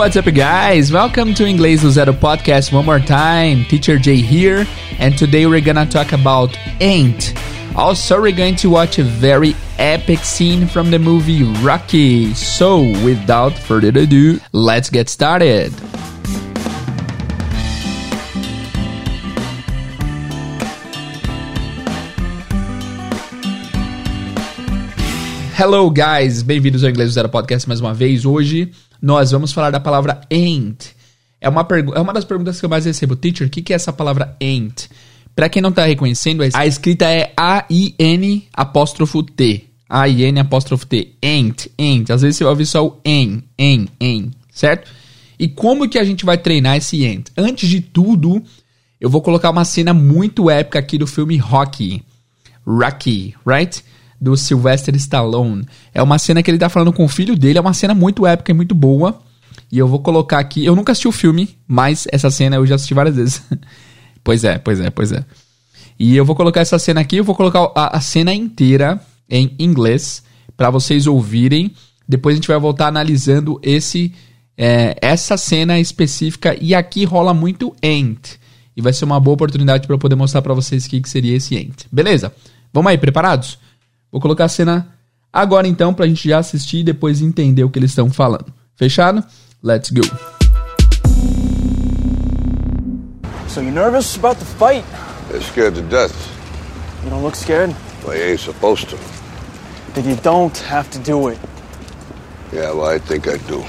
what's up guys? Welcome to Inglês do Zero podcast one more time. Teacher Jay here, and today we're gonna talk about ain't. Also, we're going to watch a very epic scene from the movie Rocky. So, without further ado, let's get started. Hello guys, bem-vindos ao Inglês do Zero podcast mais uma vez. Hoje nós vamos falar da palavra ain't. É uma das perguntas que eu mais recebo. Teacher, o que é essa palavra ain't? Pra quem não tá reconhecendo, a escrita é A-I-N apóstrofo T. A-I-N apóstrofo T. Ain't. Às vezes você vai ouvir só o en, certo? E como que a gente vai treinar esse ain't? Antes de tudo, eu vou colocar uma cena muito épica aqui do filme Rocky, right? Do Sylvester Stallone. É uma cena que ele tá falando com o filho dele, é uma cena muito épica e muito boa. E eu vou colocar aqui, eu nunca assisti o filme, mas essa cena eu já assisti várias vezes. Pois é. E eu vou colocar essa cena aqui, eu vou colocar a cena inteira em inglês, pra vocês ouvirem. Depois a gente vai voltar analisando essa cena específica, e aqui rola muito ain't. E vai ser uma boa oportunidade pra eu poder mostrar pra vocês o que seria esse ain't. Beleza? Vamos aí, preparados? Vou colocar a cena agora então pra gente já assistir e depois entender o que eles estão falando. Fechado? Let's go. So you nervous about the fight? They're scared to death. You don't look scared? Well, you ain't supposed to. Then you don't have to do it. Yeah, well, I think I do.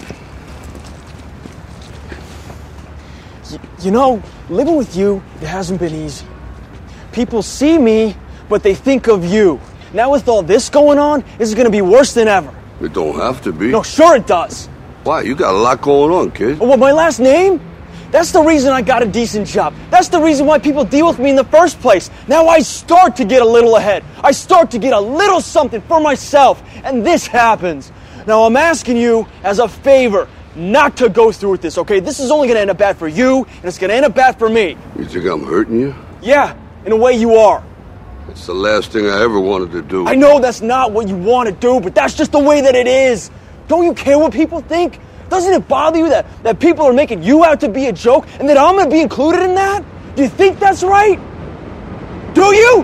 You know, living with you, it hasn't been easy. People see me, but they think of you. Now with all this going on, this is going to be worse than ever. It don't have to be. No, sure it does. Why? You got a lot going on, kid. Oh, what, my last name? That's the reason I got a decent job. That's the reason why people deal with me in the first place. Now I start to get a little ahead. I start to get a little something for myself. And this happens. Now I'm asking you as a favor not to go through with this, okay? This is only going to end up bad for you, and it's going to end up bad for me. You think I'm hurting you? Yeah, in a way you are. It's the last thing I ever wanted to do. I know that's not what you want to do, but that's just the way that it is. Don't you care what people think? Doesn't it bother you that people are making you out to be a joke and that I'm going to be included in that? Do you think that's right? Do you?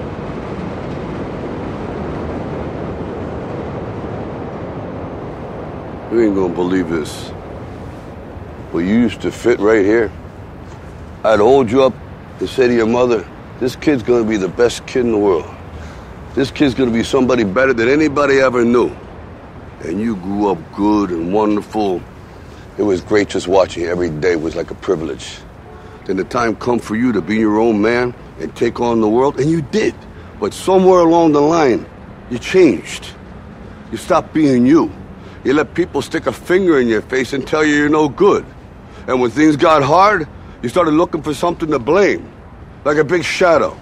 You ain't gonna believe this. But you used to fit right here. I'd hold you up and say to your mother, this kid's gonna be the best kid in the world. This kid's gonna be somebody better than anybody ever knew. And you grew up good and wonderful. It was great just watching you every day. It was like a privilege. Then the time come for you to be your own man and take on the world, and you did. But somewhere along the line, you changed. You stopped being you. You let people stick a finger in your face and tell you you're no good. And when things got hard, you started looking for something to blame. Like a big shadow.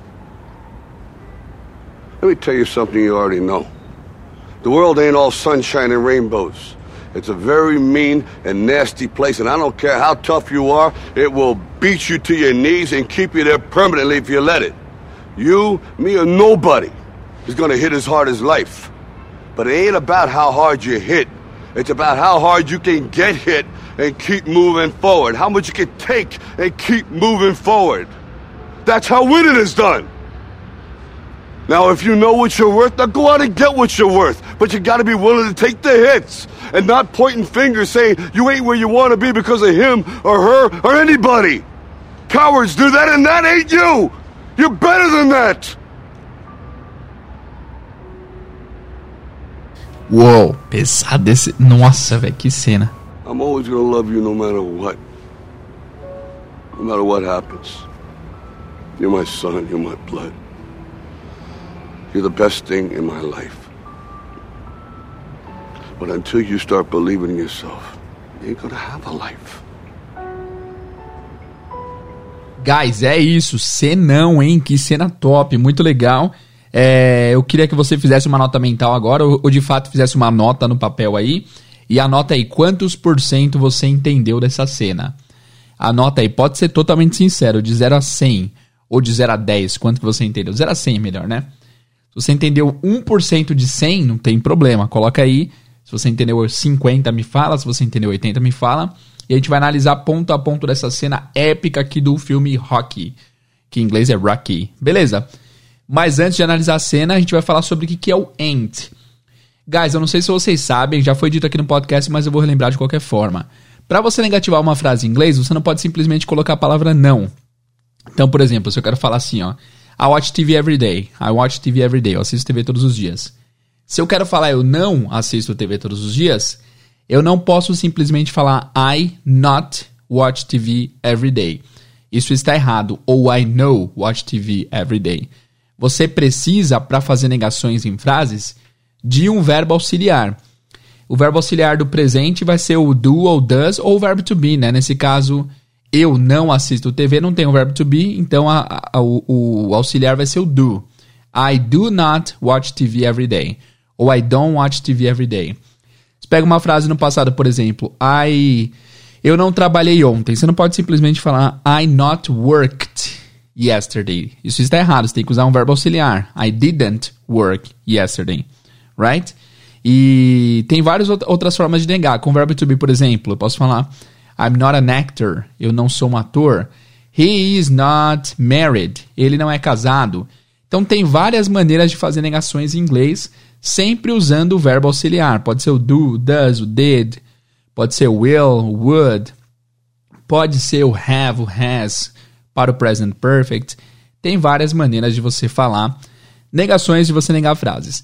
Let me tell you something you already know. The world ain't all sunshine and rainbows. It's a very mean and nasty place, and I don't care how tough you are, it will beat you to your knees and keep you there permanently if you let it. You, me, or nobody is gonna hit as hard as life. But it ain't about how hard you hit. It's about how hard you can get hit and keep moving forward. How much you can take and keep moving forward. That's how winning is done. Now, if you know what you're worth, now go out and get what you're worth. But you gotta be willing to take the hits and not pointing fingers saying you ain't where you want to be because of him or her or anybody. Cowards do that, and that ain't you. You're better than that. Uou, pesado esse... Nossa, velho, que cena. I'm always gonna love you no matter what. No matter what happens. You're my son, you're my blood. You're the best thing in my life. But until you start believing in yourself, you ain't gonna have a life. Guys, é isso. Cenão, hein? Que cena top, muito legal. Eu queria que você fizesse uma nota mental agora, ou de fato fizesse uma nota no papel aí. E anota aí quantos % você entendeu dessa cena. Anota aí, pode ser totalmente sincero, de 0 a 100 ou de 0 a 10, quanto que você entendeu? 0 a 100 é melhor, né? Se você entendeu 1% de 100, não tem problema, coloca aí Se você entendeu 50, me fala. Se você entendeu 80, me fala. E a gente vai analisar ponto a ponto dessa cena épica aqui do filme Rocky, que em inglês é Rocky. Beleza? Mas antes de analisar a cena, a gente vai falar sobre o que é o ain't. Guys, eu não sei se vocês sabem, já foi dito aqui no podcast, mas eu vou relembrar de qualquer forma. Para você negativar uma frase em inglês, você não pode simplesmente colocar a palavra não. Então, por exemplo, se eu quero falar assim, ó, I watch TV every day. I watch TV every day. Eu assisto TV todos os dias. Se eu quero falar eu não assisto TV todos os dias, eu não posso simplesmente falar I not watch TV every day. Isso está errado. Ou I no watch TV every day. Você precisa, para fazer negações em frases, de um verbo auxiliar. O verbo auxiliar do presente vai ser o do ou does ou o verbo to be, né? Nesse caso, eu não assisto TV, não tem o verbo to be, então o auxiliar vai ser o do. I do not watch TV every day. Ou I don't watch TV every day. Você pega uma frase no passado, por exemplo, eu não trabalhei ontem. Você não pode simplesmente falar I not worked yesterday. Isso está errado, você tem que usar um verbo auxiliar. I didn't work yesterday. Right? E tem várias outras formas de negar. Com o verbo to be, por exemplo, eu posso falar I'm not an actor. Eu não sou um ator. He is not married. Ele não é casado. Então tem várias maneiras de fazer negações em inglês, sempre usando o verbo auxiliar. Pode ser o do, o does, o did. Pode ser o will, o would. Pode ser o have, o has, para o present perfect. Tem várias maneiras de você falar negações, de você negar frases.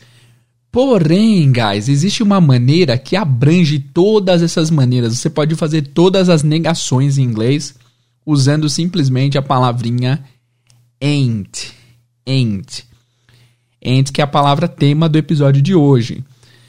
Porém, guys, existe uma maneira que abrange todas essas maneiras. Você pode fazer todas as negações em inglês usando simplesmente a palavrinha ain't. Ain't. Ain't, que é a palavra tema do episódio de hoje.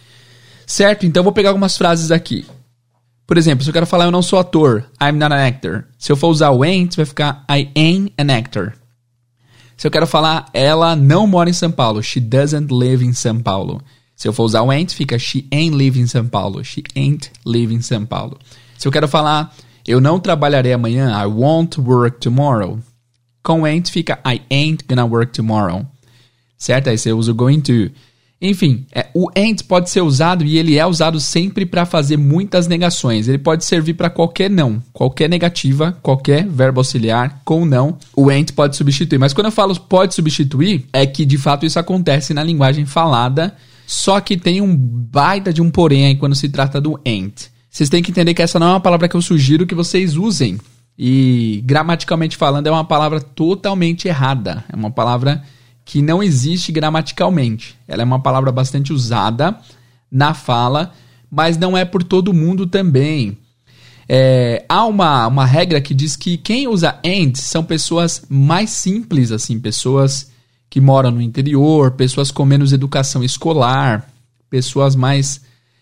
Certo? Então eu vou pegar algumas frases aqui. Por exemplo, se eu quero falar eu não sou ator, I'm not an actor. Se eu for usar o ain't, vai ficar I ain't an actor. Se eu quero falar ela não mora em São Paulo, she doesn't live in São Paulo. Se eu for usar o ain't, fica she ain't live in São Paulo. She ain't live in São Paulo. Se eu quero falar eu não trabalharei amanhã, I won't work tomorrow. Com ain't fica I ain't gonna work tomorrow. Certo? Aí você usa o going to. Enfim, o ain't pode ser usado e ele é usado sempre para fazer muitas negações. Ele pode servir para qualquer não, qualquer negativa, qualquer verbo auxiliar com não. O ain't pode substituir. Mas quando eu falo pode substituir, é que de fato isso acontece na linguagem falada, só que tem um baita de um porém aí quando se trata do ain't. Vocês têm que entender que essa não é uma palavra que eu sugiro que vocês usem. E gramaticalmente falando é uma palavra totalmente errada. É uma palavra que não existe gramaticalmente. Ela é uma palavra bastante usada na fala, mas não é por todo mundo também. Há uma regra que diz que quem usa ain't são pessoas mais simples, assim, pessoas que moram no interior, pessoas com menos educação escolar, pessoas mais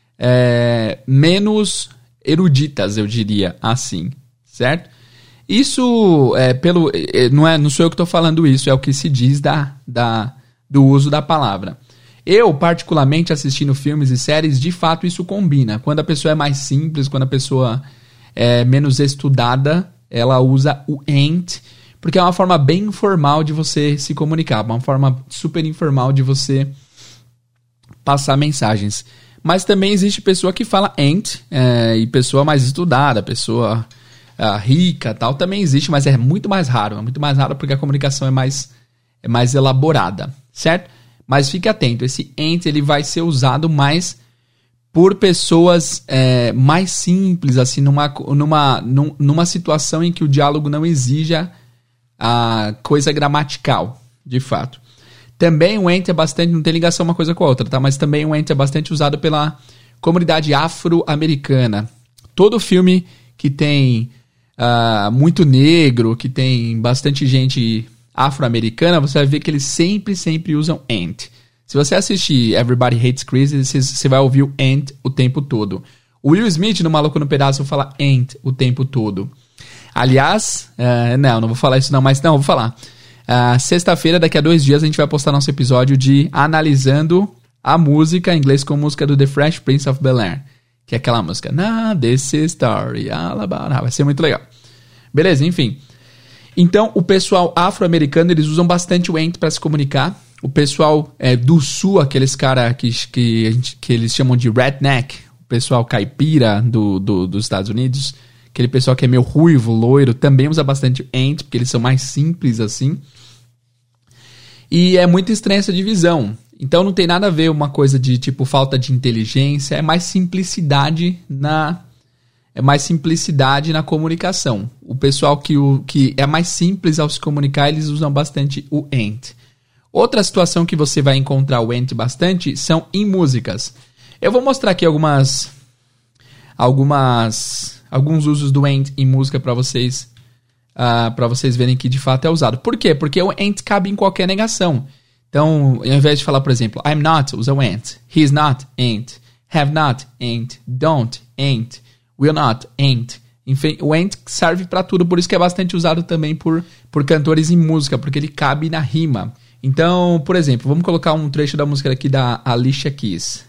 menos eruditas, eu diria assim, certo? Isso não sou eu que estou falando isso, é o que se diz do uso da palavra. Eu, particularmente, assistindo filmes e séries, de fato isso combina. Quando a pessoa é mais simples, quando a pessoa é menos estudada, ela usa o ain't, porque é uma forma bem informal de você se comunicar, uma forma super informal de você passar mensagens. Mas também existe pessoa que fala ain't, e pessoa mais estudada, pessoa rica, tal, também existe, mas é muito mais raro porque a comunicação é mais elaborada, certo? Mas fique atento, esse ain't ele vai ser usado mais por pessoas mais simples, assim, numa situação em que o diálogo não exija a coisa gramatical, de fato. Também o ain't é bastante, não tem ligação uma coisa com a outra, tá? Mas também o ain't é bastante usado pela comunidade afro-americana. Todo filme que tem muito negro, que tem bastante gente afro-americana, você vai ver que eles sempre usam ain't. Se você assistir Everybody Hates Chris, você vai ouvir o ain't o tempo todo. O Will Smith, no Maluco no Pedaço, fala ain't o tempo todo. Aliás, não vou falar isso não, mas não, vou falar. Sexta-feira, daqui a 2 dias, a gente vai postar nosso episódio de analisando a música em inglês com a música do The Fresh Prince of Bel-Air, que é aquela música Now this is story all about. Vai ser muito legal. Beleza, enfim. Então, o pessoal afro-americano, eles usam bastante o ain't para se comunicar. o pessoal do sul, aqueles caras que eles chamam de redneck, o pessoal caipira dos Estados Unidos, aquele pessoal que é meio ruivo, loiro, também usa bastante ain't, porque eles são mais simples assim. E é muito estranha essa divisão. Então não tem nada a ver uma coisa de tipo falta de inteligência, é mais simplicidade na comunicação. O pessoal que é mais simples ao se comunicar, eles usam bastante o ain't. Outra situação que você vai encontrar o ain't bastante são em músicas. Eu vou mostrar aqui alguns usos do ain't em música para vocês verem que de fato é usado. Por quê? Porque o ain't cabe em qualquer negação. Então, ao invés de falar, por exemplo, I'm not, usa o ain't. He's not, ain't. Have not, ain't. Don't, ain't. Will not, ain't. Enfim, o ain't serve para tudo, por isso que é bastante usado também por cantores em música, porque ele cabe na rima. Então, por exemplo, vamos colocar um trecho da música aqui da Alicia Keys.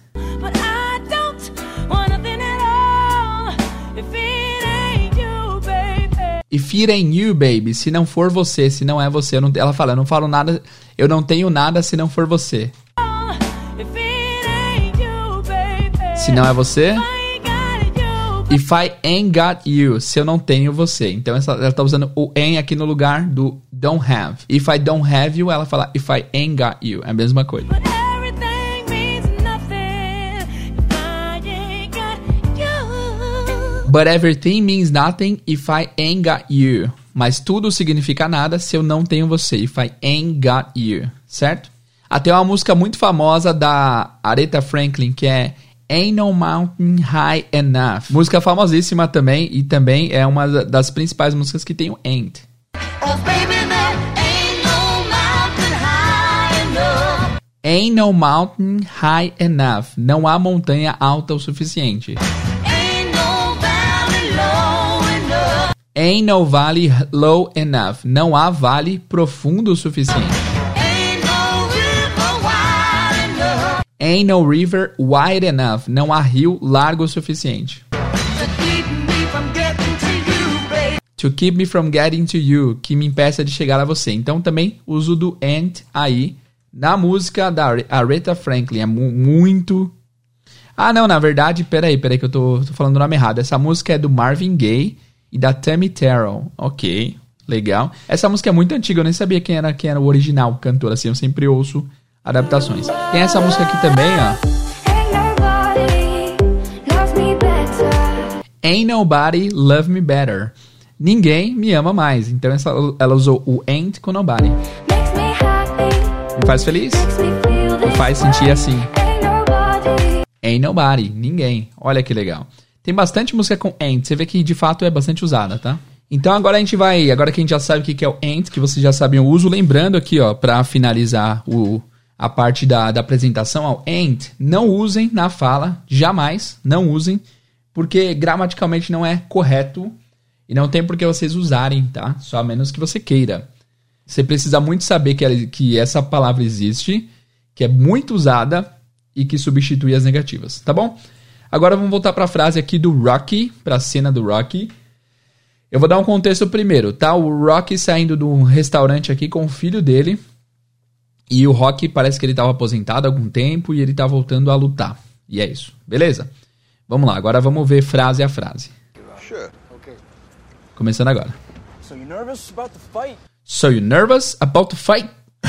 If it ain't you, baby. Se não for você, se não é você. Ela fala, eu não falo nada, eu não tenho nada se não for você. Se não é você. If I ain't got you. Se eu não tenho você. Então ela está usando o ain't aqui no lugar do don't have. If I don't have you, ela fala if I ain't got you. É a mesma coisa. But everything means nothing if I ain't got you. Mas tudo significa nada se eu não tenho você. If I ain't got you. Certo? Até uma música muito famosa da Aretha Franklin, que é Ain't No Mountain High Enough. Música famosíssima também. E também é uma das principais músicas que tem o ain't. Oh, baby, there ain't no mountain high enough. Ain't no mountain high enough. Não há montanha alta o suficiente. Ain't no valley low enough. Não há vale profundo o suficiente. Ain't no river wide enough. Não há rio largo o suficiente. To keep me from getting to you. Que me impeça de chegar a você. Então também uso do ain't aí na música da Aretha Franklin. É muito... Ah, não, na verdade, peraí que eu tô falando o nome errado. Essa música é do Marvin Gaye e da Tammy Terrell. Ok, legal. Essa música é muito antiga, eu nem sabia quem era o original cantor, assim, eu sempre ouço adaptações. Tem essa música aqui também, ó. Ain't nobody love me better. Ninguém me ama mais. Então ela usou o ain't com nobody. Me faz feliz? Me faz sentir assim. Ain't nobody, ninguém. Olha que legal. Tem bastante música com ain't. Você vê que de fato é bastante usada, tá? Então agora que a gente já sabe o que é o ain't, que vocês já sabem o uso, lembrando aqui, ó, pra finalizar a parte da apresentação ao ain't, não usem na fala, jamais, não usem, porque gramaticalmente não é correto e não tem por que vocês usarem, tá? Só a menos que você queira. Você precisa muito saber que essa palavra existe, que é muito usada e que substitui as negativas, tá bom? Agora vamos voltar para a frase aqui do Rocky, para a cena do Rocky. Eu vou dar um contexto primeiro, tá? O Rocky saindo de um restaurante aqui com o filho dele. E o Rocky parece que ele estava aposentado há algum tempo e ele está voltando a lutar. E é isso, beleza? Vamos lá, agora vamos ver frase a frase. Sure. Okay. Começando agora. So you nervous about the fight? So you nervous about the fight?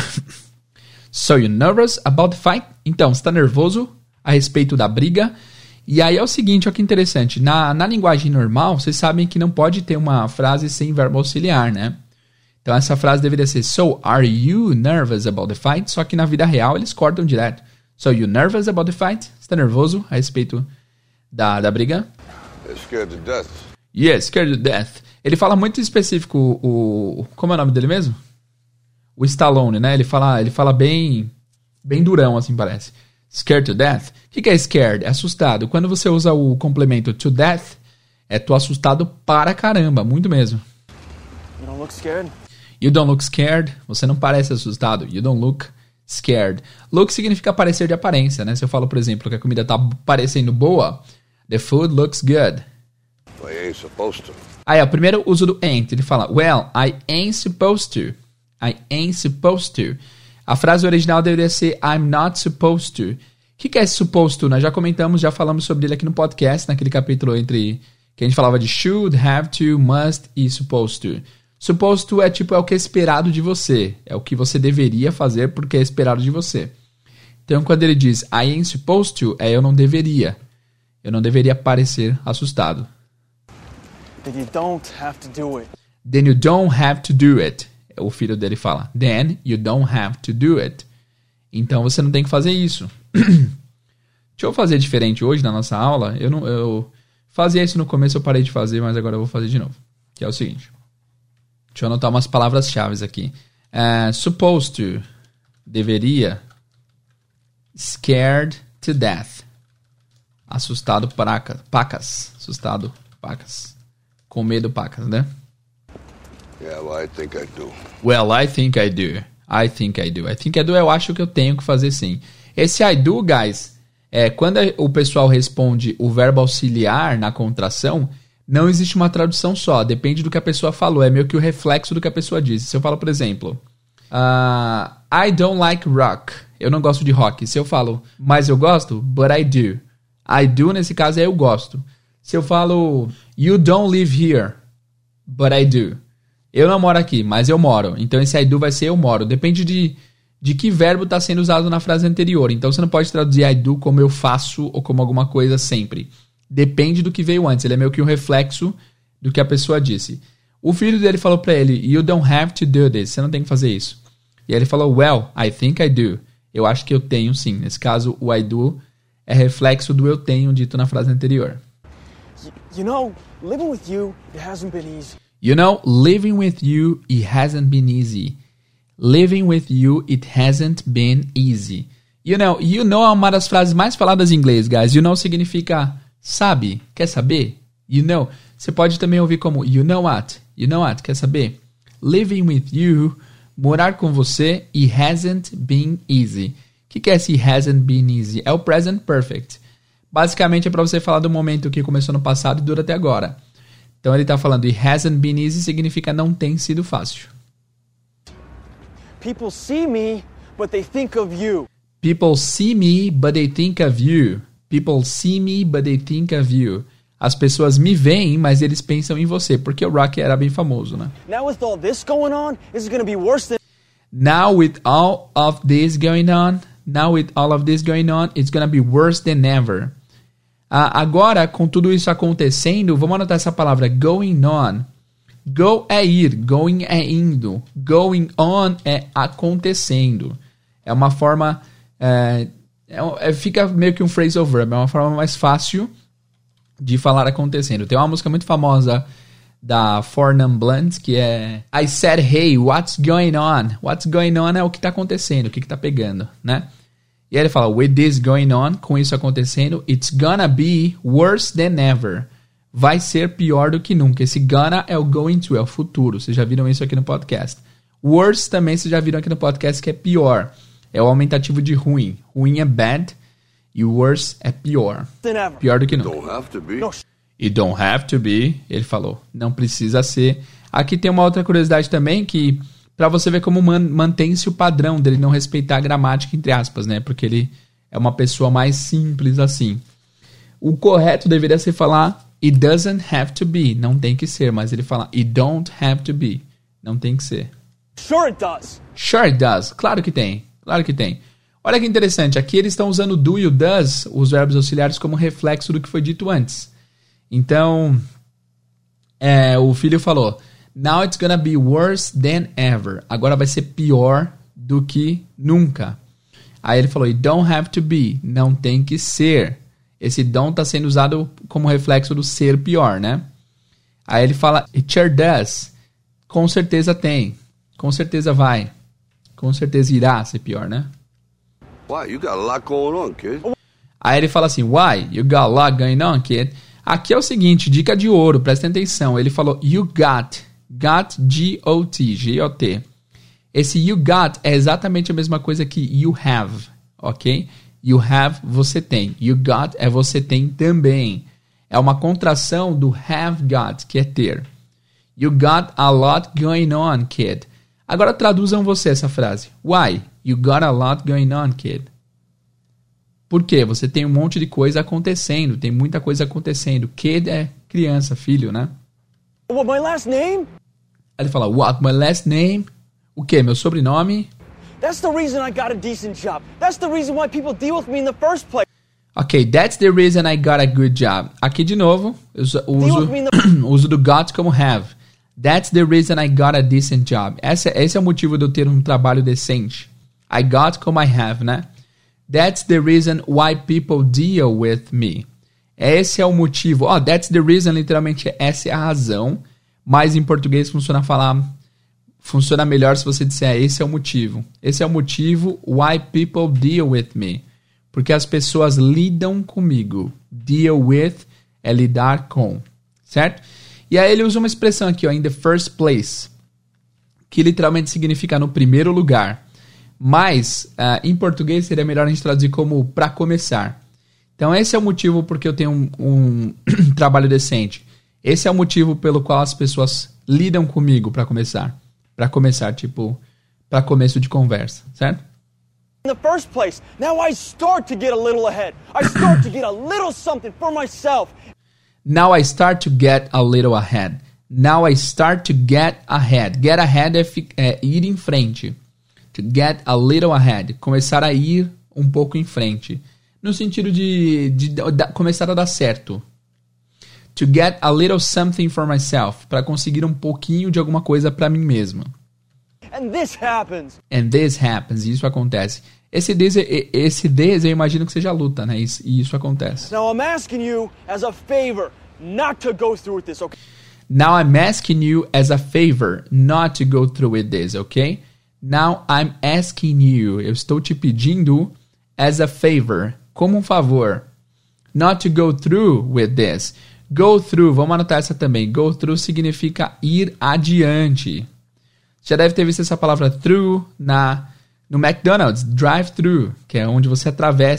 So you nervous about the fight? Então, você está nervoso a respeito da briga? E aí é o seguinte, olha que interessante. Na linguagem normal, vocês sabem que não pode ter uma frase sem verbo auxiliar, né? Então essa frase deveria ser So are you nervous about the fight? Só que na vida real eles cortam direto. So you nervous about the fight? Você está nervoso a respeito da briga? Scared to death. Yes, scared to death. Ele fala muito específico como é o nome dele mesmo? O Stallone, né? Ele fala bem durão, assim parece. Scared to death. O que é scared? É assustado. Quando você usa o complemento to death, tô assustado para caramba, muito mesmo. You don't look scared? You don't look scared. Você não parece assustado. You don't look scared. Look significa parecer de aparência, né? Se eu falo, por exemplo, que a comida tá parecendo boa, the food looks good. Well, you ain't supposed to. Aí, o primeiro uso do ain't. Ele fala, well, I ain't supposed to. I ain't supposed to. A frase original deveria ser I'm not supposed to. O que é esse supposed to? Nós já comentamos, já falamos sobre ele aqui no podcast, naquele capítulo entre que a gente falava de should, have to, must e supposed to. Supposed to é tipo, é o que é esperado de você. É o que você deveria fazer porque é esperado de você. Então, quando ele diz I ain't supposed to, é eu não deveria. Eu não deveria parecer assustado. Then you don't have to do it. Then you don't have to do it. O filho dele fala. Then you don't have to do it. Então, você não tem que fazer isso. Deixa eu fazer diferente hoje na nossa aula. Eu fazia isso no começo, eu parei de fazer, mas agora eu vou fazer de novo. Que é o seguinte. Deixa eu anotar umas palavras-chave aqui. Supposed to. Deveria. Scared to death. Assustado pacas. Assustado pacas. Com medo pacas, né? Yeah, well, I think I do. Well, I think I do. I think I do. I think I do, eu acho que eu tenho que fazer sim. Esse I do, guys, quando o pessoal responde o verbo auxiliar na contração, não existe uma tradução só. Depende do que a pessoa falou. É meio que o reflexo do que a pessoa disse. Se eu falo, por exemplo, I don't like rock. Eu não gosto de rock. Se eu falo, mas eu gosto, but I do. I do, nesse caso, é eu gosto. Se eu falo, you don't live here, but I do. Eu não moro aqui, mas eu moro. Então esse I do vai ser eu moro. Depende de que verbo está sendo usado na frase anterior. Então você não pode traduzir I do como eu faço ou como alguma coisa sempre. Depende do que veio antes. Ele é meio que um reflexo do que a pessoa disse. O filho dele falou para ele, you don't have to do this. Você não tem que fazer isso. E aí ele falou, well, I think I do. Eu acho que eu tenho sim. Nesse caso, o I do é reflexo do eu tenho dito na frase anterior. You know, living with you, it hasn't been easy. You know, living with you, it hasn't been easy. Living with you, it hasn't been easy. You know é uma das frases mais faladas em inglês, guys. You know significa sabe, quer saber? You know. Você pode também ouvir como you know what? You know what? Quer saber? Living with you, morar com você, it hasn't been easy. O que é esse hasn't been easy? É o present perfect. Basicamente é para você falar do momento que começou no passado e dura até agora. Então ele está falando it hasn't been easy significa não tem sido fácil. People see me, but they think of you. People see me, but they think of you. People see me, but they think of you. As pessoas me veem, mas eles pensam em você. Porque o Rocky era bem famoso, né? Now with all this going on, this is going to be worse than... Now with all of this going on, it's going to be worse than ever. Agora, com tudo isso acontecendo, vamos anotar essa palavra, going on. Go é ir, going é indo, going on é acontecendo. É uma forma, fica meio que um phrasal verb, é uma forma mais fácil de falar acontecendo. Tem uma música muito famosa da Four Non Blondes que é I said, hey, what's going on? What's going on é o que está acontecendo, o que está pegando, né? E aí ele fala, with this going on, com isso acontecendo, it's gonna be worse than ever. Vai ser pior do que nunca. Esse gonna é o going to, é o futuro. Vocês já viram isso aqui no podcast. Worse também vocês já viram aqui no podcast que é pior. É o aumentativo de ruim. Ruim é bad e worse é pior. Pior do que nunca. Don't have to be. E don't have to be, ele falou. Não precisa ser. Aqui tem uma outra curiosidade também que... Pra você ver como mantém-se o padrão dele não respeitar a gramática, entre aspas, né? Porque ele é uma pessoa mais simples assim. O correto deveria ser falar it doesn't have to be. Não tem que ser, mas ele fala it don't have to be. Não tem que ser. Sure it does. Sure it does. Claro que tem. Claro que tem. Olha que interessante. Aqui eles estão usando do e o does, os verbos auxiliares, como reflexo do que foi dito antes. Então, o filho falou... Now it's gonna be worse than ever. Agora vai ser pior do que nunca. Aí ele falou, it don't have to be. Não tem que ser. Esse don't está sendo usado como reflexo do ser pior, né? Aí ele fala, it sure does. Com certeza tem. Com certeza vai. Com certeza irá ser pior, né? Why? You got a lot going on, kid. Aí ele fala assim, why? You got a lot going on, kid. Aqui é o seguinte, dica de ouro, prestem atenção. Ele falou, you got... Got, G-O-T, G-O-T. Esse you got é exatamente a mesma coisa que you have, ok? You have, você tem. You got é você tem também. É uma contração do have got, que é ter. You got a lot going on, kid. Agora traduzam você essa frase. Why? You got a lot going on, kid. Por quê? Você tem um monte de coisa acontecendo. Tem muita coisa acontecendo. Kid é criança, filho, né? What, my last name? Aí ele fala, what, my last name? O quê? Meu sobrenome? That's the reason I got a decent job. That's the reason why people deal with me in the first place. Ok, that's the reason I got a good job. Aqui de novo, eu uso do got como have. That's the reason I got a decent job. Esse é o motivo de eu ter um trabalho decente. I got como I have, né? That's the reason why people deal with me. Esse é o motivo. That's the reason, literalmente, essa é a razão. Mas em português funciona melhor se você disser esse é o motivo. Esse é o motivo why people deal with me. Porque as pessoas lidam comigo. Deal with é lidar com. Certo? E aí ele usa uma expressão aqui, in the first place. Que literalmente significa no primeiro lugar. Mas, em português, seria melhor a gente traduzir como para começar. Então, esse é o motivo porque eu tenho um trabalho decente. Esse é o motivo pelo qual as pessoas lidam comigo para começar. Para começar, tipo, para começo de conversa, certo? In the first place, now I start to get a little ahead. I start to get a little something for myself. Now I start to get a little ahead. Now I start to get ahead. Get ahead é ir em frente. To get a little ahead. Começar a ir um pouco em frente. No sentido de começar a dar certo. To get a little something for myself. Para conseguir um pouquinho de alguma coisa para mim mesmo. And this happens. And this happens. Isso acontece. Esse this eu imagino que seja luta, né? E isso acontece. Now I'm asking you as a favor not to go through with this, okay? Now I'm asking you as a favor not to go through with this, okay? Now I'm asking you. Eu estou te pedindo as a favor, como um favor. Not to go through with this. Go through, vamos anotar essa também. Go through significa ir adiante. Já deve ter visto essa palavra through no McDonald's, drive-thru, que é onde você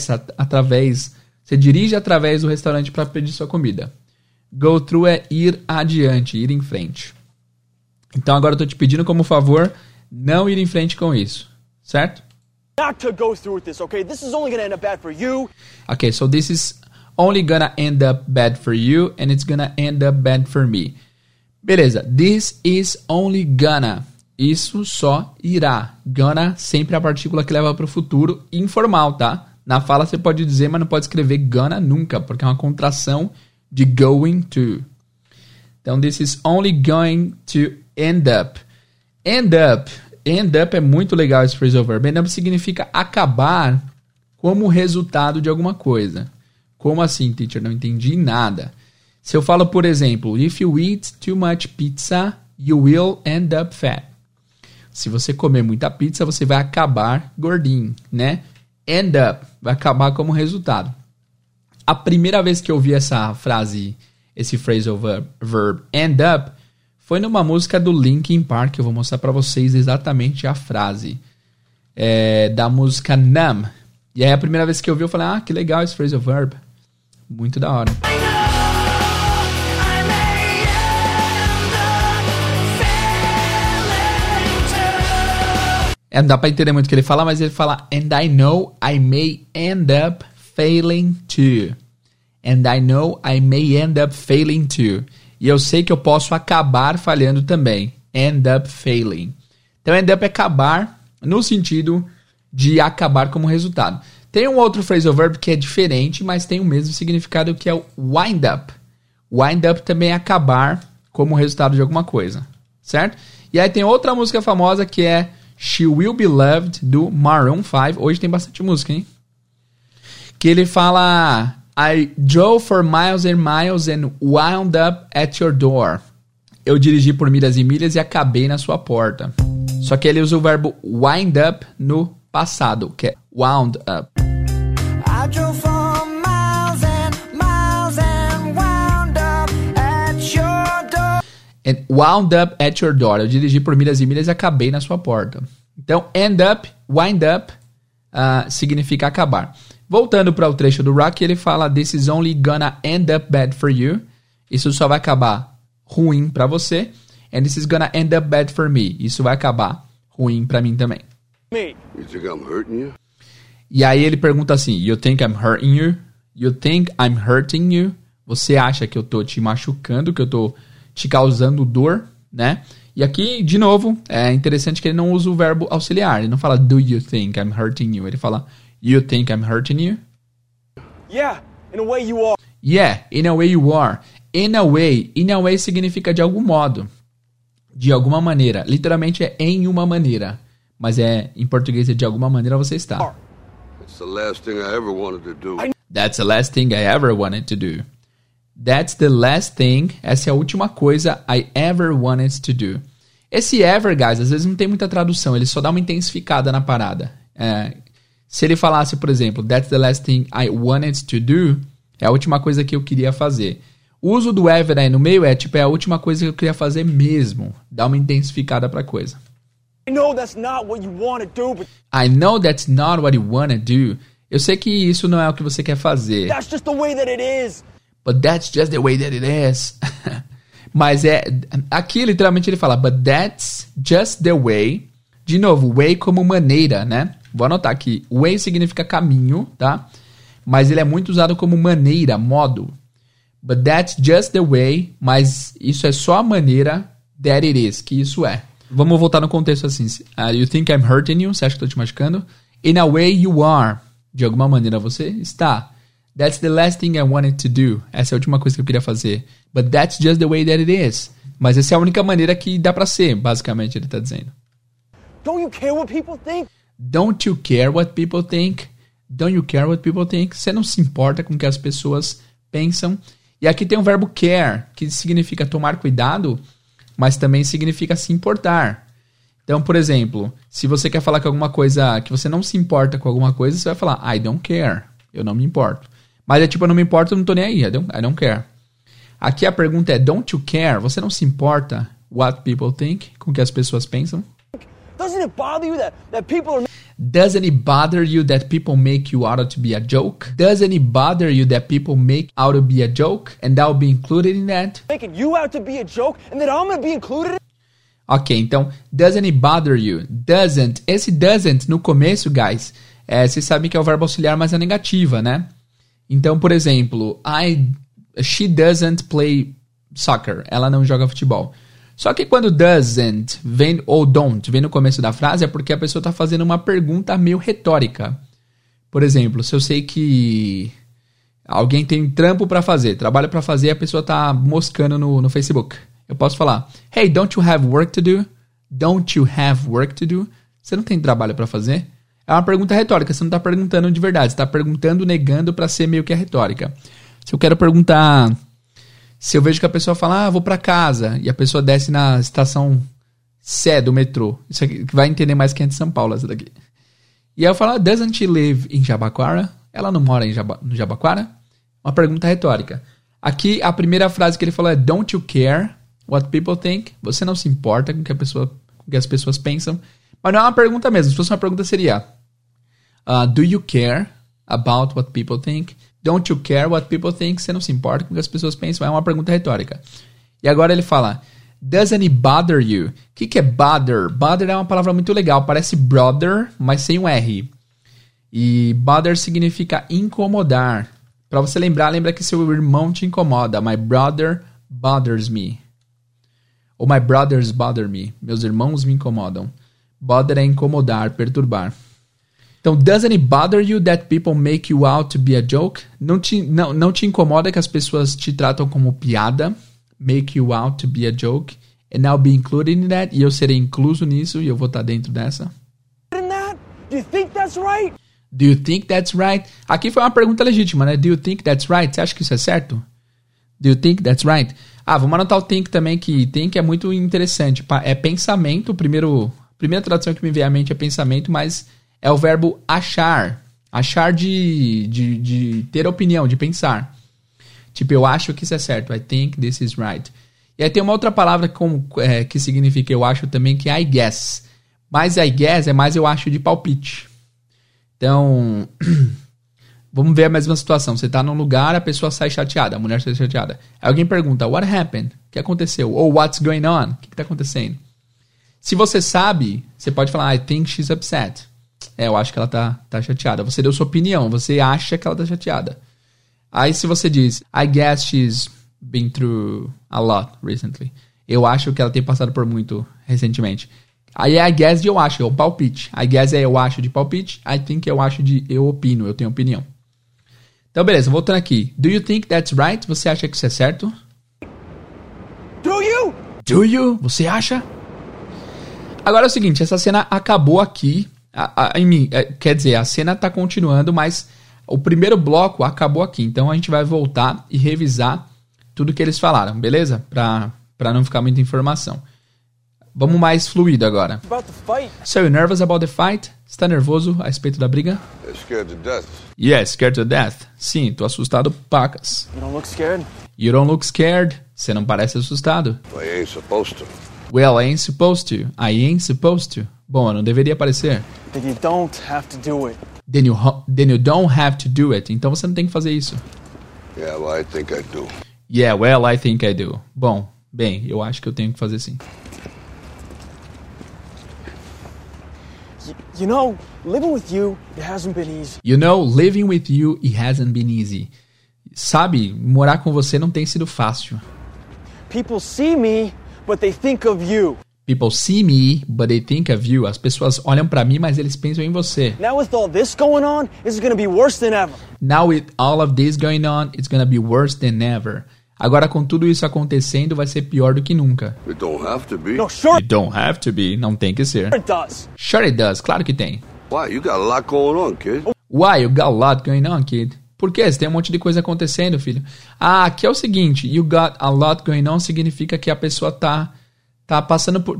você dirige através do restaurante para pedir sua comida. Go through é ir adiante, ir em frente. Então agora eu estou te pedindo como favor não ir em frente com isso, certo? Not to go through with this, okay? This is only gonna end up bad for you. Okay, so this is only gonna end up bad for you and it's gonna end up bad for me. Beleza, this is only gonna. Isso só irá. Gonna, sempre a partícula que leva para o futuro informal, tá? Na fala você pode dizer, mas não pode escrever gonna nunca, porque é uma contração de going to. Então, this is only going to end up. End up é muito legal esse phrasal verb. End up significa acabar como resultado de alguma coisa. Como assim, teacher? Não entendi nada. Se eu falo, por exemplo, if you eat too much pizza, you will end up fat. Se você comer muita pizza, você vai acabar gordinho, né? End up, vai acabar como resultado. A primeira vez que eu ouvi essa frase, esse phrasal verb, end up, foi numa música do Linkin Park. Eu vou mostrar pra vocês exatamente a frase. Da música Numb. E aí a primeira vez que eu ouvi, eu falei, que legal esse phrasal verb. Muito da hora. Dá pra entender muito o que ele fala, mas ele fala and I know I may end up failing to. And I know I may end up failing to. E eu sei que eu posso acabar falhando também. End up failing. Então, end up é acabar no sentido de acabar como resultado. Tem um outro phrasal verb que é diferente, mas tem o mesmo significado, que é o wind up. Wind up também é acabar como resultado de alguma coisa, certo? E aí tem outra música famosa que é She Will Be Loved, do Maroon 5. Hoje tem bastante música, hein? Que ele fala I drove for miles and miles and wound up at your door. Eu dirigi por milhas e milhas e acabei na sua porta. Só que ele usa o verbo wind up no passado, que é wound up. I drove for miles and wound up at your door. And wound up at your door. Eu dirigi por milhas e milhas e acabei na sua porta. Então, end up, wind up, significa acabar. Voltando para o trecho do Rock, ele fala This is only gonna end up bad for you. Isso só vai acabar ruim para você. And this is gonna end up bad for me. Isso vai acabar ruim pra mim também. You think I'm hurting you? E aí ele pergunta assim, you think I'm hurting you? You think I'm hurting you? Você acha que eu tô te machucando, que eu tô te causando dor, né? E aqui, de novo, é interessante que ele não usa o verbo auxiliar. Ele não fala, do you think I'm hurting you? Ele fala, you think I'm hurting you? Yeah, in a way you are. Yeah, in a way you are. In a way significa de algum modo, de alguma maneira. Literalmente é em uma maneira. Mas em português é de alguma maneira você está. It's the last thing I ever wanted to do. That's the last thing I ever wanted to do. That's the last thing, essa é a última coisa I ever wanted to do. Esse ever, guys, às vezes não tem muita tradução, ele só dá uma intensificada na parada. Se ele falasse, por exemplo, that's the last thing I wanted to do, é a última coisa que eu queria fazer. O uso do ever aí no meio é a última coisa que eu queria fazer mesmo. Dá uma intensificada pra coisa. I know that's not what you want to do, but I know that's not what you want to do. Eu sei que isso não é o que você quer fazer. that's just the way that it is. But that's just the way that it is. Mas aqui literalmente ele fala, but that's just the way. De novo, way como maneira, né? Vou anotar aqui. Way significa caminho, tá? Mas ele é muito usado como maneira, modo. But that's just the way. Mas isso é só a maneira that it is, que isso é. Vamos voltar no contexto assim. You think I'm hurting you? Você acha que eu tô te machucando? In a way you are. De alguma maneira você está. That's the last thing I wanted to do. Essa é a última coisa que eu queria fazer. But that's just the way that it is. Mas essa é a única maneira que dá pra ser, basicamente, ele tá dizendo. Don't you care what people think? Don't you care what people think? Don't you care what people think? Você não se importa com o que as pessoas pensam? E aqui tem o verbo care, que significa tomar cuidado, mas também significa se importar. Então, por exemplo, se você quer falar com alguma coisa, que você não se importa com alguma coisa, você vai falar, I don't care. Eu não me importo. Mas é tipo, eu não me importo, eu não tô nem aí. I don't care. Aqui a pergunta é, don't you care? Você não se importa what people think? Com o que as pessoas pensam? Doesn't it bother you that people are Doesn't it bother you that people make you out to be a joke? Doesn't it bother you that people make out to be a joke? And I'll be included in that? making you out to be a joke and that I'm going to be included in? Ok, então, doesn't it bother you? Doesn't. Esse doesn't, no começo, guys, vocês sabem que é o verbo auxiliar, mas é negativa, né? Então, por exemplo, she doesn't play soccer. Ela não joga futebol. Só que quando doesn't vem, ou don't vem no começo da frase, é porque a pessoa está fazendo uma pergunta meio retórica. Por exemplo, se eu sei que alguém tem trampo para fazer, trabalho para fazer, a pessoa está moscando no Facebook. Eu posso falar, hey, don't you have work to do? Don't you have work to do? Você não tem trabalho para fazer? É uma pergunta retórica, você não está perguntando de verdade, você está perguntando negando para ser meio que a retórica. Se eu quero perguntar, se eu vejo que a pessoa fala, vou para casa, e a pessoa desce na estação C do metrô, isso aqui vai entender mais quem é de São Paulo, essa daqui. E aí eu falo, doesn't she live in Jabaquara? Ela não mora no Jabaquara? Uma pergunta retórica. Aqui a primeira frase que ele falou é, don't you care what people think? Você não se importa com o que as pessoas pensam? Mas não é uma pergunta mesmo. Se fosse uma pergunta seria, do you care about what people think? Don't you care what people think? Você não se importa com o que as pessoas pensam? É uma pergunta retórica. E agora ele fala, doesn't it bother you? O que é bother? Bother é uma palavra muito legal. Parece brother, mas sem um R. E bother significa incomodar. Pra você lembra que seu irmão te incomoda. My brother bothers me. Ou my brothers bother me. Meus irmãos me incomodam. Bother é incomodar, perturbar. Então, doesn't it bother you that people make you out to be a joke? Não te incomoda que as pessoas te tratam como piada? Make you out to be a joke? And I'll be included in that? E eu serei incluso nisso e eu vou estar dentro dessa? In that? Do you think that's right? Do you think that's right? Aqui foi uma pergunta legítima, né? Do you think that's right? Você acha que isso é certo? Do you think that's right? Vamos anotar o think também, que think é muito interessante. É pensamento, a primeira tradução que me veio à mente é pensamento, mas é o verbo achar. Achar de ter opinião, de pensar. Tipo, eu acho que isso é certo. I think this is right. E aí tem uma outra palavra que significa eu acho também, que é I guess. Mas I guess é mais eu acho de palpite. Então, vamos ver a mesma situação. Você está num lugar, a pessoa sai chateada, a mulher sai chateada. Aí alguém pergunta, what happened? O que aconteceu? Ou what's going on? O que está acontecendo? Se você sabe, você pode falar, I think she's upset. Eu acho que ela tá chateada. Você deu sua opinião, você acha que ela tá chateada. Aí se você diz, I guess she's been through a lot recently. Eu acho que ela tem passado por muito recentemente. Aí é I guess de eu acho, é o palpite. I guess é eu acho de palpite. I think eu acho de eu opino, eu tenho opinião. Então beleza, voltando aqui. Do you think that's right? Você acha que isso é certo? Do you? Do you? Você acha? Agora é o seguinte, essa cena acabou aqui. Quer dizer, a cena tá continuando, mas o primeiro bloco acabou aqui. Então a gente vai voltar e revisar tudo que eles falaram, beleza? Pra não ficar muita informação. Vamos mais fluido agora. About the fight? So you're nervous about the fight? Você tá nervoso a respeito da briga? They're scared to death. Yes, scared to death. Sim, tô assustado pacas. You don't look scared? You don't look scared. Você não parece assustado. I ain't supposed to. Well, I ain't supposed to. I ain't supposed to. Bom, eu não deveria parecer. Then you don't have to do it. Then you don't have to do it. Então você não tem que fazer isso. Yeah, well, I think I do. Yeah, well, I think I do. Bem, eu acho que eu tenho que fazer sim. You know, living with you, it hasn't been easy. You know, living with you, it hasn't been easy. Sabe, morar com você não tem sido fácil. People see me, but they think of you. People see me, but they think of you. As pessoas olham pra mim, mas eles pensam em você. Now with all this going on, this is going to be worse than ever. Now with all of this going on, it's gonna be worse than ever. Agora com tudo isso acontecendo, vai ser pior do que nunca. It don't have to be. No, sure You don't have to be. Não tem que ser. it does. Sure it does. Claro que tem. Why? You got a lot going on, kid. Why? You got a lot going on, kid. Por quê? Você tem um monte de coisa acontecendo, filho. Aqui é o seguinte. You got a lot going on significa que a pessoa tá passando por...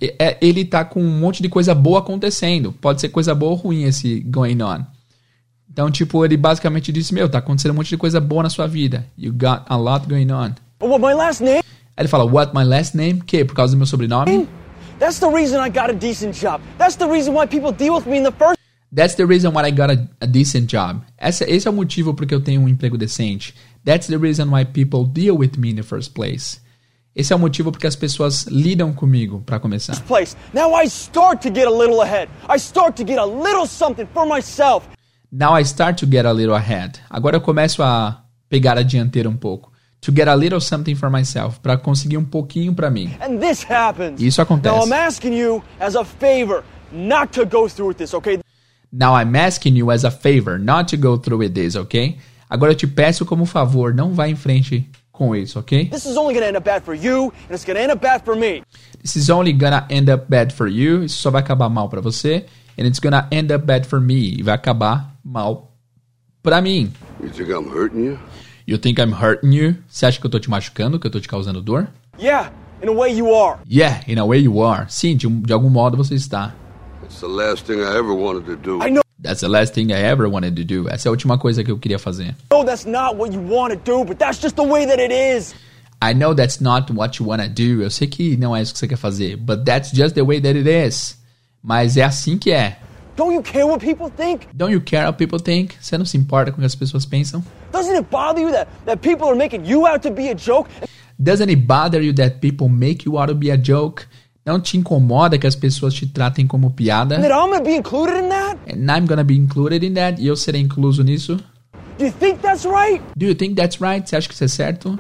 ele tá com um monte de coisa boa acontecendo. Pode ser coisa boa ou ruim esse going on. Então, tipo, ele basicamente disse, tá acontecendo um monte de coisa boa na sua vida. You got a lot going on. But what my last name? Aí ele fala, what, my last name? Que? Por causa do meu sobrenome? That's the reason I got a decent job. That's the reason why people deal with me in the first... That's the reason why I got a decent job. Esse é o motivo porque eu tenho um emprego decente. That's the reason why people deal with me in the first place. Esse é o motivo porque as pessoas lidam comigo, pra começar. place. Now I start to get a little ahead. I start to get a little something for myself. Now I start to get a little ahead. Agora eu começo a pegar a dianteira um pouco. To get a little something for myself. Pra conseguir um pouquinho pra mim. And this happens. Isso acontece. Now I'm asking you as a favor not to go through with this, okay? Now I'm asking you as a favor not to go through with this, ok? Agora eu te peço como favor, não vá em frente com isso, ok? This is only gonna end up bad for you, and it's gonna end up bad for me. This is only gonna end up bad for you. Isso só vai acabar mal pra você. And it's gonna end up bad for me. E vai acabar mal pra mim. You think I'm hurting you? You think I'm hurting you? Você acha que eu tô te machucando? Que eu tô te causando dor? Yeah, in a way you are. Yeah, in a way you are. Sim, de algum modo você está. It's the last thing I ever wanted to do. I know That's the last thing I ever wanted to do. Essa é a última coisa que eu queria fazer. that's not what you want to do, but that's just the way that it is. I know that's not what you wanna do. Eu sei que não é isso que você quer fazer. But that's just the way that it is. Mas é assim que é. Don't you care what people think? Don't you care how people think? Você não se importa com o que as pessoas pensam? Doesn't it bother you that people are making you out to be a joke? Doesn't it bother you that people make you out to be a joke? Não te incomoda que as pessoas te tratem como piada? And that I'm gonna be included in that? And I'm gonna be included in that. E eu serei incluso nisso? Do you think that's right? Do you think that's right? Você acha que isso é certo?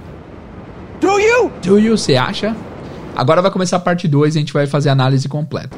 Do you? Do you? Você acha? Agora vai começar a parte 2 e a gente vai fazer a análise completa.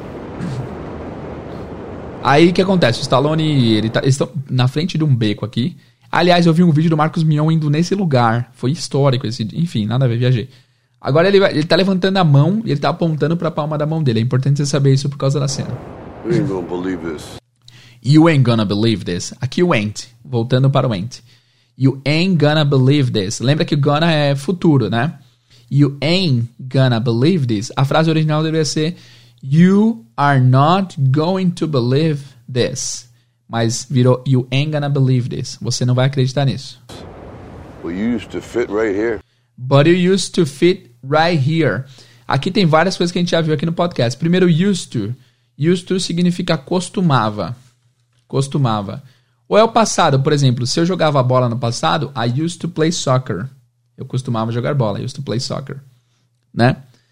Aí o que acontece? O Stallone, eles estão na frente de um beco aqui. Aliás, eu vi um vídeo do Marcos Mion indo nesse lugar. Foi histórico esse, enfim, nada a ver, viajei. Agora ele tá levantando a mão e ele tá apontando pra palma da mão dele. É importante você saber isso por causa da cena. You ain't gonna believe this. You ain't gonna believe this. Aqui o ain't. Voltando para o ain't. You ain't gonna believe this. Lembra que gonna é futuro, né? You ain't gonna believe this. A frase original deveria ser You are not going to believe this. Mas virou You ain't gonna believe this. Você não vai acreditar nisso. Well, you used to fit right here. But you used to fit right here. Aqui tem várias coisas que a gente já viu aqui no podcast. Primeiro, used to. Used to significa costumava. Costumava. Ou é o passado, por exemplo, se eu jogava bola no passado, I used to play soccer. Eu costumava jogar bola, I used to play soccer. Né?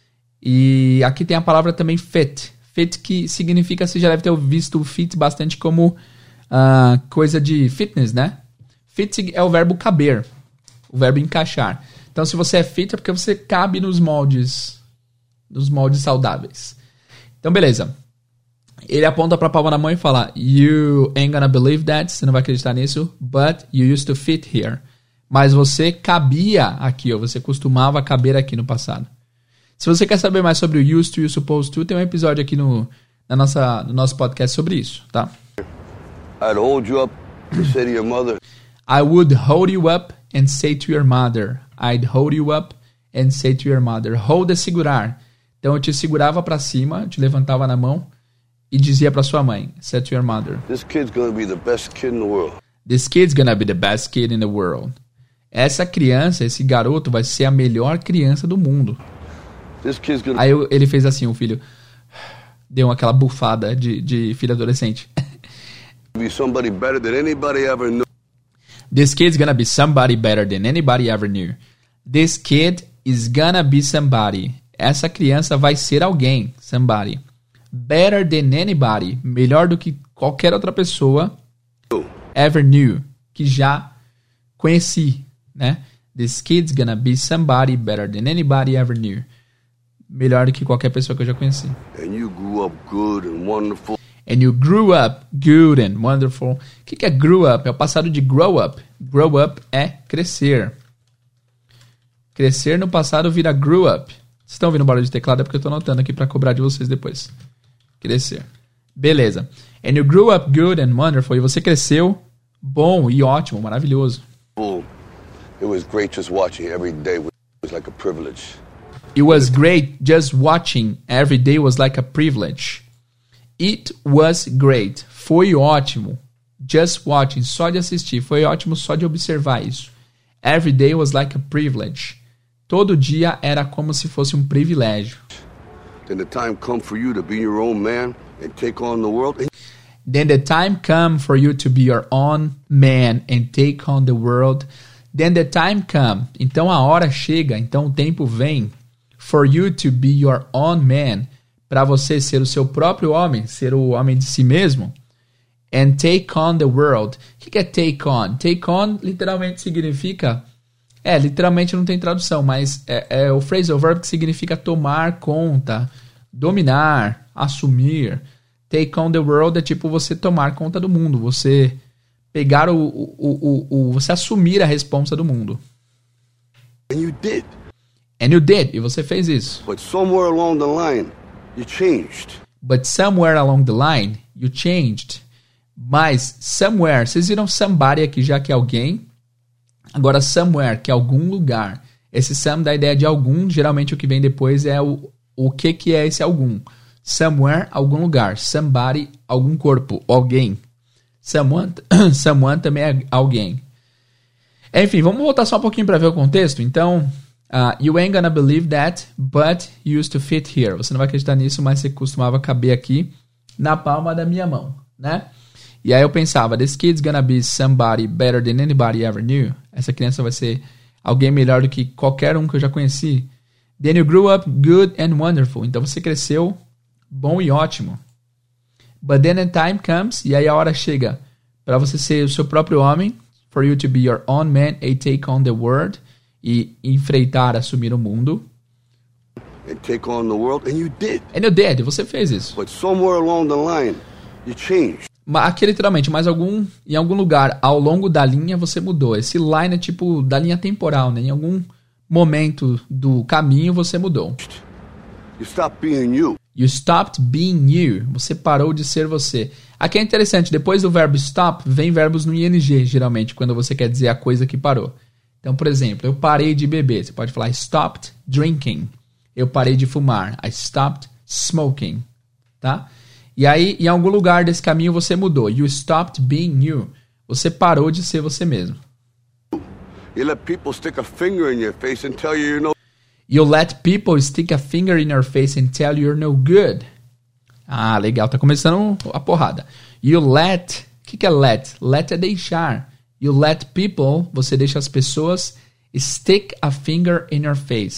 E aqui tem a palavra também fit. Fit que significa, você já deve ter visto o fit bastante como coisa de fitness, né? Fit é o verbo caber, o verbo encaixar. Então, se você é fit, é porque você cabe nos moldes saudáveis. Então, beleza. Ele aponta pra palma da mão e fala, you ain't gonna believe that, você não vai acreditar nisso, but you used to fit here. Mas você cabia aqui, ou você costumava caber aqui no passado. Se você quer saber mais sobre o used to e o supposed to, tem um episódio aqui no nosso podcast sobre isso, tá? I'd hold you up to say to your mother. I would hold you up and say to your mother. I'd hold you up and say to your mother. Hold é segurar. Então eu te segurava pra cima, te levantava na mão e dizia pra sua mãe, said to your mother. This kid's gonna be the best kid in the world. This kid's gonna be the best kid in the world. Essa criança, esse garoto vai ser a melhor criança do mundo. This kid's gonna... Aí ele fez assim, o filho deu aquela bufada de filho adolescente. be somebody better than anybody ever knew. This kid's gonna be somebody better than anybody ever knew. This kid is gonna be somebody. Essa criança vai ser alguém, somebody. Better than anybody, melhor do que qualquer outra pessoa ever knew, que já conheci, né? This kid's gonna be somebody better than anybody ever knew. Melhor do que qualquer pessoa que eu já conheci. And you grew up good and wonderful. And you grew up good and wonderful. O que é grew up? É o passado de grow up. Grow up é crescer. Crescer no passado vira grew up. Vocês estão ouvindo barulho de teclado? É porque eu estou anotando aqui para cobrar de vocês depois. Crescer. Beleza. And you grew up good and wonderful. E você cresceu bom e ótimo, maravilhoso. It was great just watching every day. It was like a privilege. It was great just watching every day was like a privilege. It was great. Foi ótimo. Just watching. Só de assistir. Foi ótimo só de observar isso. Every day was like a privilege. Todo dia era como se fosse um privilégio. Then the time come for you to be your own man and take on the world. Then the time come for you to be your own man and take on the world. Then the time come. Então a hora chega, então o tempo vem for you to be your own man. Para você ser o seu próprio homem, ser o homem de si mesmo. And take on the world. O que é take on? Take on literalmente significa... literalmente não tem tradução, mas é o phrasal verb que significa tomar conta, dominar, assumir. Take on the world é tipo você tomar conta do mundo, você pegar você assumir a responsa do mundo. And you did. And you did, e você fez isso. But somewhere along the line, you changed. But somewhere along the line, you changed. Mas somewhere, vocês viram somebody aqui já que é alguém? Agora somewhere, que é algum lugar. Esse some dá a ideia de algum, geralmente o que vem depois é o que é esse algum. Somewhere, algum lugar. Somebody, algum corpo, alguém. Someone também é alguém. Enfim, vamos voltar só um pouquinho para ver o contexto. Então, you ain't gonna believe that, but you used to fit here. Você não vai acreditar nisso, mas você costumava caber aqui na palma da minha mão, né? E aí eu pensava, this kid's gonna be somebody better than anybody ever knew. Essa criança vai ser alguém melhor do que qualquer um que eu já conheci. Then you grew up good and wonderful. Então você cresceu bom e ótimo. But then a time comes, e aí a hora chega para você ser o seu próprio homem, for you to be your own man and take on the world, e enfrentar, assumir o mundo. And take on the world, and you did. And you did, você fez isso. But somewhere along the line, you changed. Aqui literalmente, em algum lugar ao longo da linha você mudou. Esse line é tipo da linha temporal, né? Em algum momento do caminho você mudou. You stopped being you. You stopped being you. Você parou de ser você. Aqui é interessante, depois do verbo stop, vem verbos no ing, geralmente, quando você quer dizer a coisa que parou. Então, por exemplo, eu parei de beber. Você pode falar I stopped drinking. Eu parei de fumar. I stopped smoking. Tá? E aí, em algum lugar desse caminho você mudou. You stopped being you. Você parou de ser você mesmo. You let people stick a finger in your face and tell you you're no... You let people stick a finger in your face and tell you you're no good. Ah, legal. Tá começando a porrada. You let... O que é let? Let é deixar. You let people... Você deixa as pessoas stick a finger in your face.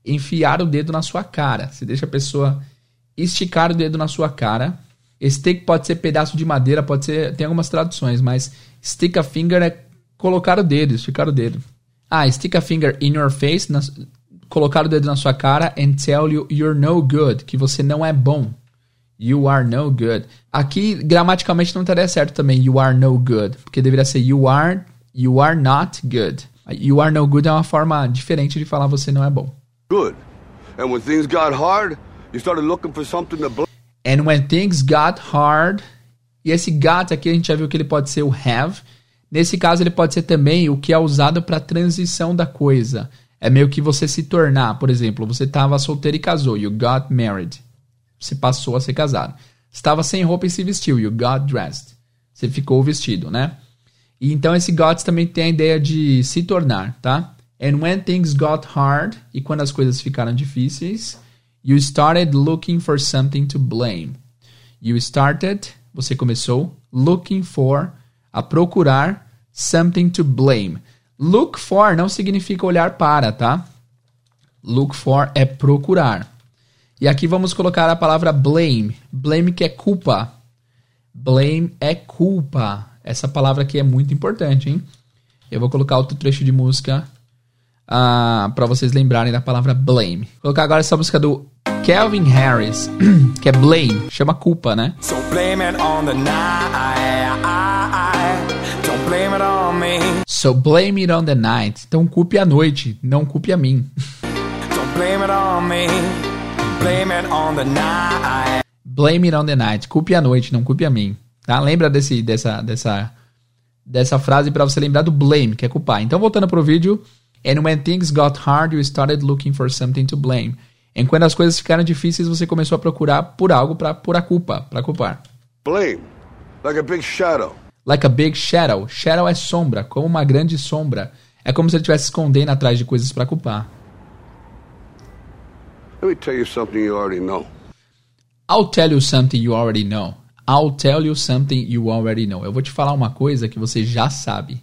enfiar o dedo na sua cara. Você deixa a pessoa esticar o dedo na sua cara. Stick pode ser pedaço de madeira, pode ser... Tem algumas traduções, mas stick a finger é colocar o dedo, esticar o dedo. Stick a finger in your face, colocar o dedo na sua cara and tell you you're no good, que você não é bom. You are no good. Aqui, gramaticalmente, não estaria certo também, you are no good, porque deveria ser you are not good. You are no good é uma forma diferente de falar você não é bom. Good. And when things got hard, you started looking for something to blame. And when things got hard, e esse got aqui a gente já viu que ele pode ser o have. Nesse caso ele pode ser também o que é usado para transição da coisa. É meio que você se tornar, por exemplo, você estava solteiro e casou, you got married. Você passou a ser casado. Estava sem roupa e se vestiu, you got dressed. Você ficou vestido, né? E então esse got também tem a ideia de se tornar, tá? And when things got hard, e quando as coisas ficaram difíceis, you started looking for something to blame. You started, você começou, looking for, a procurar, something to blame. Look for não significa olhar para, tá? Look for é procurar. E aqui vamos colocar a palavra blame. Blame que é culpa. Blame é culpa. Essa palavra aqui é muito importante, hein? Eu vou colocar outro trecho de música para vocês lembrarem da palavra blame. Vou colocar agora essa música do Calvin Harris, que é blame, chama culpa, né? So blame it on the night. Don't blame it on me. So blame it on the night. Então culpe a noite, não culpe a mim. Don't blame it on me. Blame it on the night. Blame it on the night. Culpe a noite, não culpe a mim. Tá? Lembra dessa frase para você lembrar do blame, que é culpar. Então, voltando pro vídeo. And when things got hard, you started looking for something to blame. E quando as coisas ficaram difíceis, você começou a procurar por algo por a culpa, para culpar. Blame. Like a big shadow. Like a big shadow. Shadow é sombra, como uma grande sombra. É como se ele estivesse escondendo atrás de coisas para culpar. Let me tell you something you already know. I'll tell you something you already know. I'll tell you something you already know. Eu vou te falar uma coisa que você já sabe.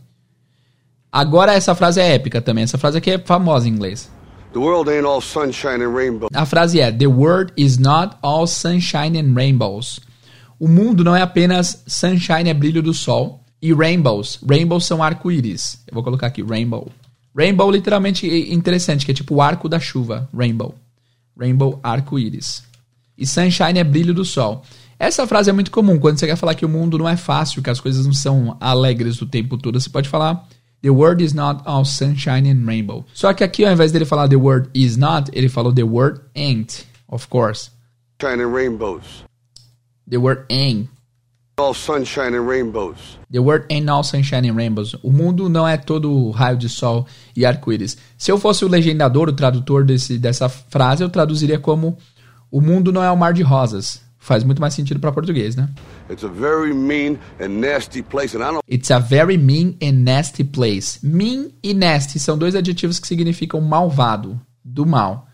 Agora essa frase é épica também. Essa frase aqui é famosa em inglês. The world ain't all sunshine and rainbows. A frase é: The world is not all sunshine and rainbows. O mundo não é apenas sunshine, é brilho do sol, e rainbows. Rainbows são arco-íris. Eu vou colocar aqui, rainbow. Rainbow literalmente interessante, que é tipo o arco da chuva. Rainbow. Rainbow, arco-íris. E sunshine é brilho do sol. Essa frase é muito comum. Quando você quer falar que o mundo não é fácil, que as coisas não são alegres o tempo todo, você pode falar The world is not all sunshine and rainbow. Só que aqui, ao invés dele falar the word is not, ele falou the word ain't, of course. Sunshine and rainbows. The word ain't. All sunshine and rainbows. The world ain't all sunshine and rainbows. O mundo não é todo raio de sol e arco-íris. Se eu fosse o legendador, o tradutor dessa frase, eu traduziria como o mundo não é um mar de rosas. Faz muito mais sentido para português, né? It's a very mean and nasty place, and I don't... It's a very mean and nasty place. Mean e nasty são dois adjetivos que significam malvado, do mal.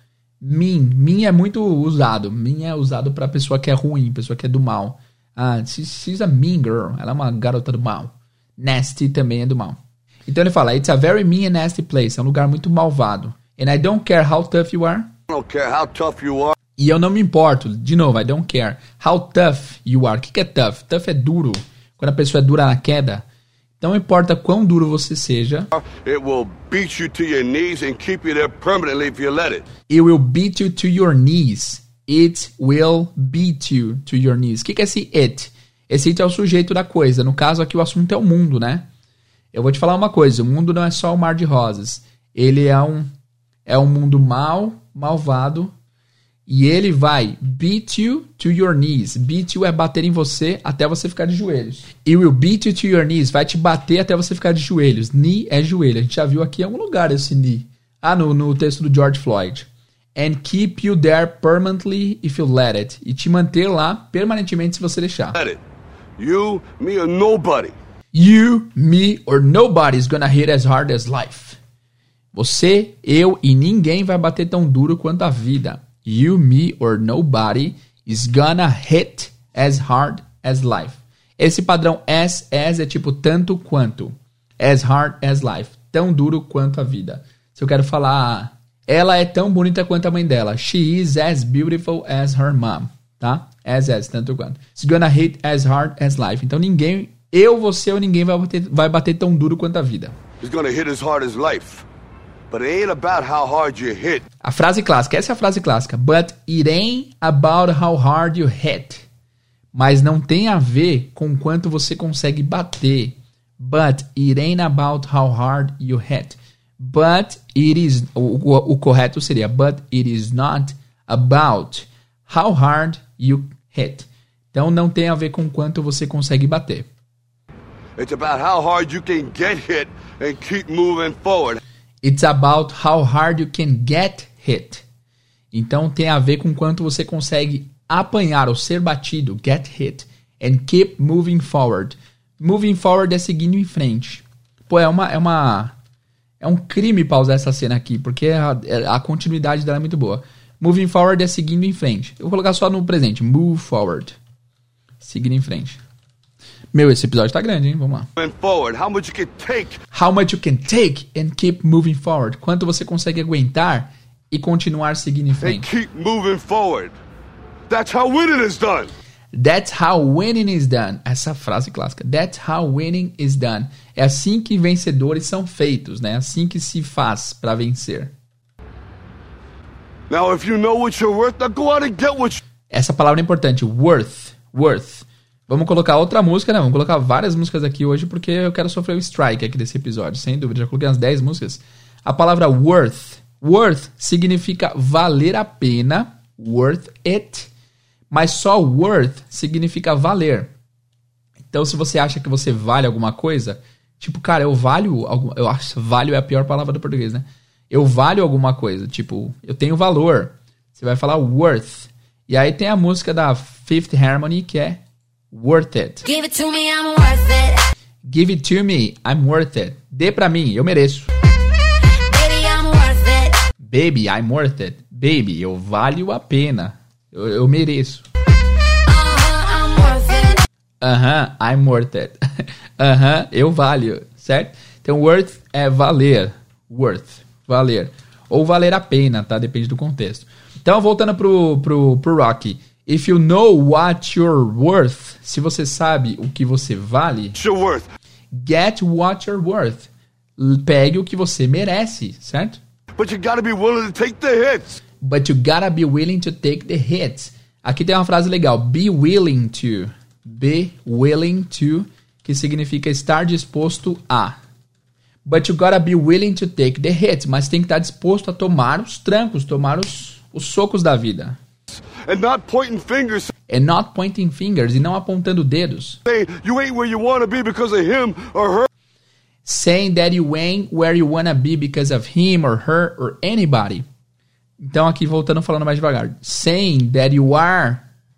Mean é muito usado. Mean é usado para pessoa que é ruim, pessoa que é do mal. She's a mean girl. Ela é uma garota do mal. Nasty também é do mal. Então ele fala, it's a very mean and nasty place. É um lugar muito malvado. And I don't care how tough you are. I don't care how tough you are. E eu não me importo. De novo, I don't care how tough you are. O que é tough? Tough é duro. Quando a pessoa é dura na queda. Então não importa quão duro você seja. It will beat you to your knees and keep you there permanently if you let it. It will beat you to your knees. It will beat you to your knees. O que é esse it? Esse it é o sujeito da coisa. No caso aqui o assunto é o mundo, né? Eu vou te falar uma coisa. O mundo não é só um mar de rosas. Ele é um mundo malvado. E ele vai beat you to your knees. Beat you é bater em você até você ficar de joelhos. It will beat you to your knees. Vai te bater até você ficar de joelhos. Knee é joelho. A gente já viu aqui em algum lugar esse knee. No texto do George Floyd. And keep you there permanently if you let it. E te manter lá permanentemente se você deixar. Let it. You, me, or nobody. You, me, or nobody is gonna hit as hard as life. Você, eu e ninguém vai bater tão duro quanto a vida. You, me, or nobody is gonna hit as hard as life. Esse padrão as é tipo tanto quanto. As hard as life. Tão duro quanto a vida. Se eu quero falar Ela é tão bonita quanto a mãe dela. She is as beautiful as her mom. Tá? As, tanto quanto. It's gonna hit as hard as life. Então ninguém, eu, você ou ninguém vai bater tão duro quanto a vida. It's gonna hit as hard as life. But it ain't about how hard you hit. A frase clássica, essa é a frase clássica. But it ain't about how hard you hit. Mas não tem a ver com quanto você consegue bater. But it ain't about how hard you hit. But it is, o correto seria, but it is not about how hard you hit. Então não tem a ver com quanto você consegue bater. It's about how hard you can get hit and keep moving forward. It's about how hard you can get hit. Então tem a ver com quanto você consegue apanhar ou ser batido, get hit, and keep moving forward. Moving forward é seguindo em frente. Pô, é um crime pausar essa cena aqui, porque a continuidade dela é muito boa. Moving forward é seguindo em frente. Eu vou colocar só no presente. Move forward. Seguindo em frente. Meu, esse episódio tá grande, hein? Vamos lá. Forward. How much you can take? How much you can take and keep moving forward. Quanto você consegue aguentar e continuar seguindo em frente. And keep moving forward. That's how winning is done. That's how winning is done. Essa frase clássica. That's how winning is done. É assim que vencedores são feitos, né? É assim que se faz para vencer. Now, if you know what you're worth, now go out and get what you... Essa palavra é importante. Worth. Vamos colocar outra música, né? Vamos colocar várias músicas aqui hoje, porque eu quero sofrer o strike aqui desse episódio, sem dúvida. Já coloquei umas 10 músicas. A palavra worth. Worth significa valer a pena. Worth it. Mas só worth significa valer. Então, se você acha que você vale alguma coisa, tipo, cara, eu valho... Eu acho que valho é a pior palavra do português, né? Eu valho alguma coisa. Tipo, eu tenho valor. Você vai falar worth. E aí tem a música da Fifth Harmony, que é Worth It. Give it to me, I'm worth it. Give it to me, I'm worth it. Dê pra mim, eu mereço. Baby, I'm worth it. Baby, I'm worth it. Baby, eu valho a pena. Eu mereço. I'm worth it. I'm worth it. Eu valho, certo? Então, worth é valer. Worth, valer. Ou valer a pena, tá? Depende do contexto. Então, voltando pro Rocky. If you know what you're worth, se você sabe o que você vale, You're worth. get what you're worth. Pegue o que você merece, certo? But you gotta be willing to take the hits. But you gotta be willing to take the hits. Aqui tem uma frase legal. Be willing to. Be willing to, que significa estar disposto a. But you gotta be willing to take the hits. Mas tem que estar disposto a tomar os trancos, tomar os socos da vida. And not pointing fingers And not pointing fingers, e não apontando dedos. saying you ain't where you wanna be because of him or her. Saying that you ain't where you wanna be because of him or her or anybody. Então aqui voltando, falando mais devagar. Saying that you are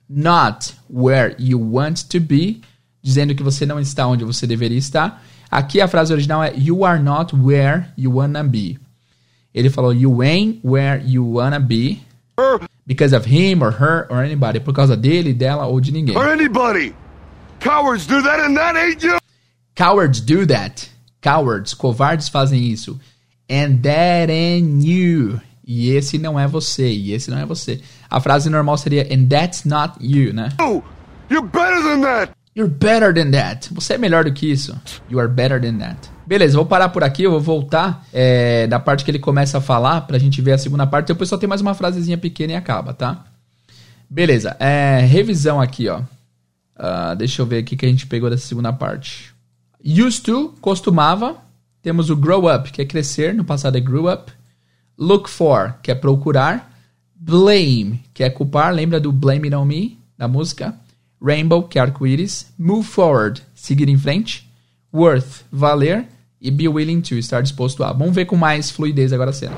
not where you want to be. Dizendo que você não está onde você deveria estar. Aqui a frase original é you are not where you wanna be. Ele falou you ain't where you wanna be because of him or her or anybody. Por causa dele, dela ou de ninguém. Or anybody. Cowards do that and that ain't you. Cowards do that. Cowards, covardes fazem isso. And that ain't you. E esse não é você. E esse não é você. A frase normal seria and that's not you, né? Oh, you're better than that. You're better than that. Você é melhor do que isso. You are better than that. Beleza, vou parar por aqui. Eu vou voltar da parte que ele começa a falar pra gente ver a segunda parte. Depois só tem mais uma frasezinha pequena e acaba, tá? Beleza, revisão aqui, ó. Deixa eu ver aqui que a gente pegou dessa segunda parte. Used to, costumava. Temos o grow up, que é crescer. No passado é grew up. Look for, que é procurar. Blame, que é culpar. Lembra do Blame It On Me, da música? Rainbow, que é arco-íris. Move forward, seguir em frente. Worth, valer. E be willing to, estar disposto a. Vamos ver com mais fluidez agora a cena.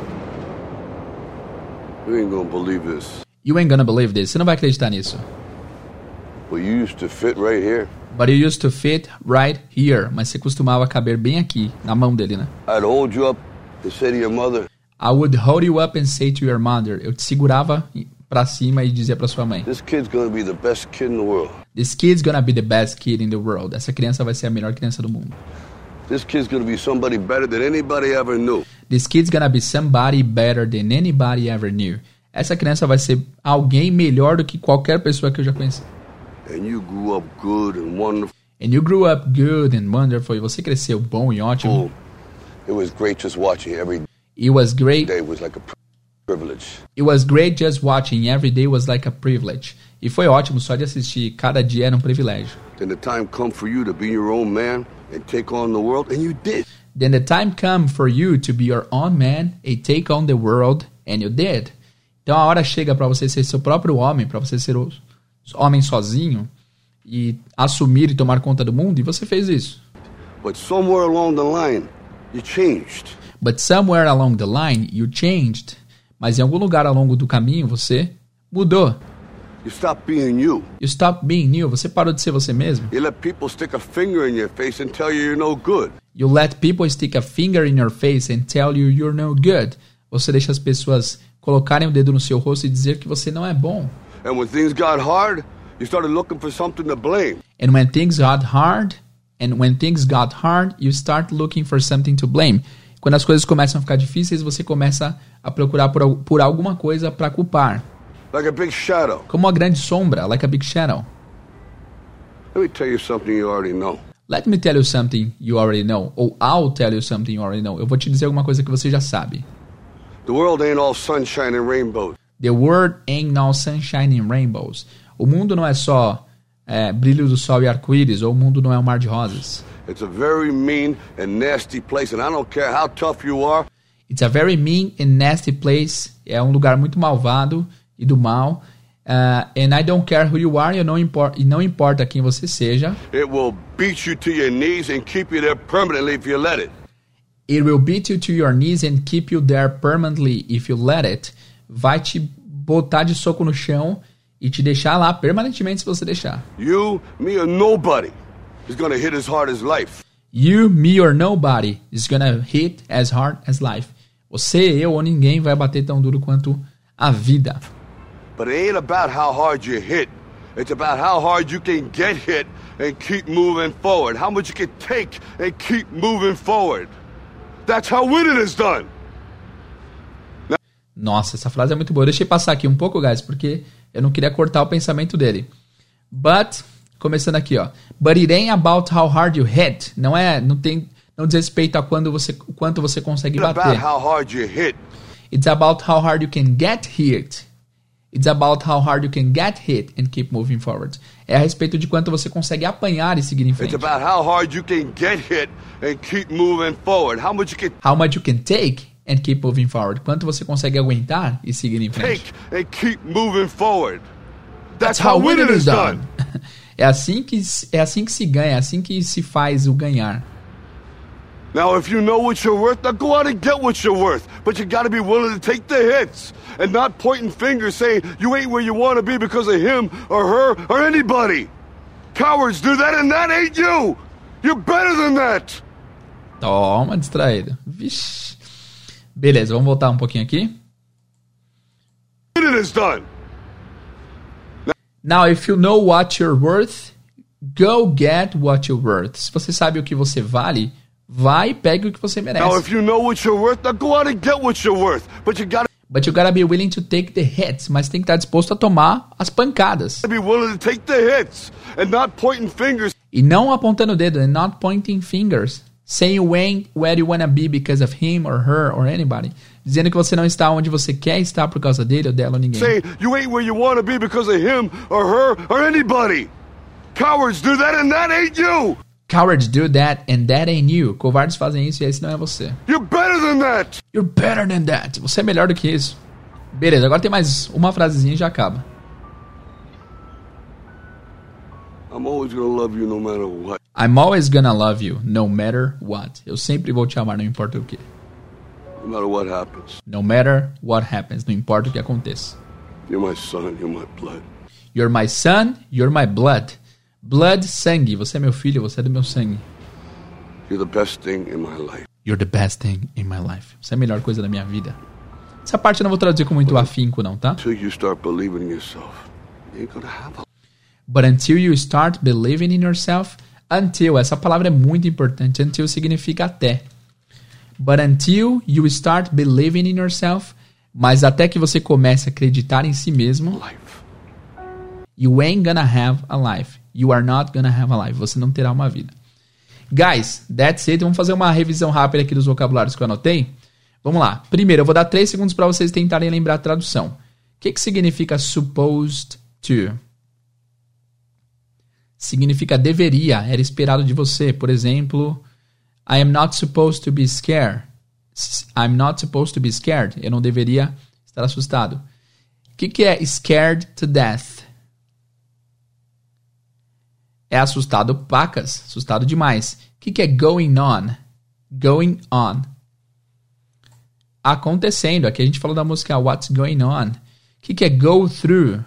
You ain't gonna believe this. You ain't gonna believe this. Você não vai acreditar nisso. But you used to fit right here. But you used to fit right here. Mas você costumava caber bem aqui, na mão dele, né? I'd hold you up and say to your mother, I would hold you up and say to your mother. Eu te segurava pra cima e dizia pra sua mãe. this kid's gonna be the best kid in the world. This kid's gonna be the best kid in the world. Essa criança vai ser a melhor criança do mundo. This kid's gonna be somebody better than anybody ever knew. This kid's gonna be somebody better than anybody ever knew. Essa criança vai ser alguém melhor do que qualquer pessoa que eu já conheci. And you grew up good and wonderful. And you grew up good and wonderful. E você cresceu bom e ótimo. It was great just watching every It was great. day was like a privilege. It was great just watching. Every day was like a privilege. E foi ótimo só de assistir. Cada dia era um privilégio. Then the time come for you to be your own man and take on the world, and you did. Then the time come for you to be your own man and take on the world, and you did. Então a hora chega para você ser seu próprio homem, para você ser o homem sozinho e assumir e tomar conta do mundo, e você fez isso. But somewhere along the line, you changed. But somewhere along the line, you changed. Mas em algum lugar ao longo do caminho, você mudou. You stopped being you. You stopped being you. Você parou de ser você mesmo. You let people stick a finger in your face and tell you you're no good. You let people stick a finger in your face and tell you you're no good. Você deixa as pessoas colocarem o dedo no seu rosto e dizer que você não é bom. And when things got hard, you started looking for something to blame. And when things got hard, you start looking for something to blame. Quando as coisas começam a ficar difíceis, você começa a procurar por alguma coisa para culpar. Like a big shadow. Como uma grande sombra, like a big shadow. Let me tell you something you already know. Let me tell you something you already know. Ou I'll tell you something you already know. Eu vou te dizer alguma coisa que você já sabe. The world ain't all sunshine and rainbows. The world ain't all sunshine and rainbows. O mundo não é só brilho do sol e arco-íris, ou o mundo não é um mar de rosas. It's a very mean and nasty place, and I don't care how tough you are. It's a very mean and nasty place. É um lugar muito malvado e do mal. And I don't care who you are, e não importa quem você seja. It will beat you to your knees and keep you there permanently if you let it. It will beat you to your knees and keep you there permanently if you let it. Vai te botar de soco no chão e te deixar lá permanentemente se você deixar. You, me, or nobody is gonna hit as hard as life. You, me, or nobody is gonna hit as hard as life. Você, eu ou ninguém vai bater tão duro quanto a vida. But it ain't about how hard you hit. It's about how hard you can get hit and keep moving forward. How much you can take and keep moving forward. That's how winning is done. Nossa, essa frase é muito boa. Eu deixei passar aqui um pouco, guys, porque eu não queria cortar o pensamento dele. But, começando aqui, ó. But it ain't about how hard you hit. Não diz respeito a quanto você consegue It's bater. about how hard you hit. It's about how hard you can get hit. It's about how hard you can get hit and keep moving forward. É a respeito de quanto você consegue apanhar e seguir em frente. It's about how hard you can get hit and keep moving forward. How much you can take and keep moving forward. Quanto você consegue aguentar e seguir em frente. take and keep moving forward. That's how winning is done. É assim que se ganha, é assim que se faz o ganhar. Now, if you know what you're worth, now go out and get what you're worth. But you gotta be willing to take the hits and not pointing fingers saying you ain't where you want to be because of him or her or anybody. Cowards do that and that ain't you. You're better than that. Toma, distraído. Vixe. Beleza, vamos voltar um pouquinho aqui. It is done. Now, if you know what you're worth, go get what you're worth. Se você sabe o que você vale, vai e pegue o que você merece. Now, if you know what you're worth, now go out and get what you're worth. But you gotta be willing to take the hits. Mas tem que estar disposto a tomar as pancadas. be willing to take the hits and not pointing fingers. E não apontando o dedo, and not pointing fingers. Saying you ain't where you wanna be because of him or her or anybody. Dizendo que você não está onde você quer estar por causa dele ou dela ou ninguém. Saying you ain't where you want to be because of him or her or anybody. Cowards do that and that ain't you. Cowards do that and that ain't you. Covardes fazem isso e esse não é você. You're better than that. You're better than that. Você é melhor do que isso. Beleza, agora tem mais uma frasezinha e já acaba. I'm always gonna love you no matter what. I'm always gonna love you no matter what. Eu sempre vou te amar, não importa o que. No matter what happens. No matter what happens. Não importa o que aconteça. You're my son, you're my blood. You're my son, you're my blood. Blood, sangue. Você é meu filho, você é do meu sangue. You're the best thing in my life. You're the best thing in my life. Você é a melhor coisa da minha vida. Essa parte eu não vou traduzir com muito afinco, não, tá? Until you start believing in yourself, you ain't gonna have a... But until you start believing in yourself, until, essa palavra é muito importante. Until significa até. But until you start believing in yourself, mas até que você comece a acreditar em si mesmo, you ain't gonna have a life. You are not gonna have a life. Você não terá uma vida. Guys, that's it. Vamos fazer uma revisão rápida aqui dos vocabulários que eu anotei. Vamos lá. Primeiro, eu vou dar 3 segundos para vocês tentarem lembrar a tradução. O que significa supposed to? Significa deveria, era esperado de você. Por exemplo, I am not supposed to be scared. I'm not supposed to be scared. Eu não deveria estar assustado. O que é scared to death? É assustado pacas, assustado demais. O que é going on? Going on. Acontecendo. Aqui a gente falou da música What's Going On. O que é go through?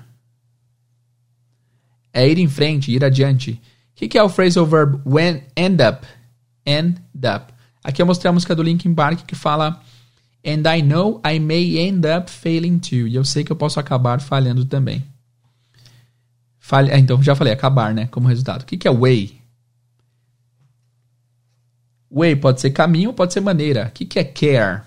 É ir em frente, ir adiante. O que é o phrasal verb when end up? End up. Aqui eu mostrei a música do Linkin Park que fala And I know I may end up failing too. E eu sei que eu posso acabar falhando também. Então, já falei, acabar, né? Como resultado. O que é way? Way pode ser caminho, pode ser maneira. O que é care?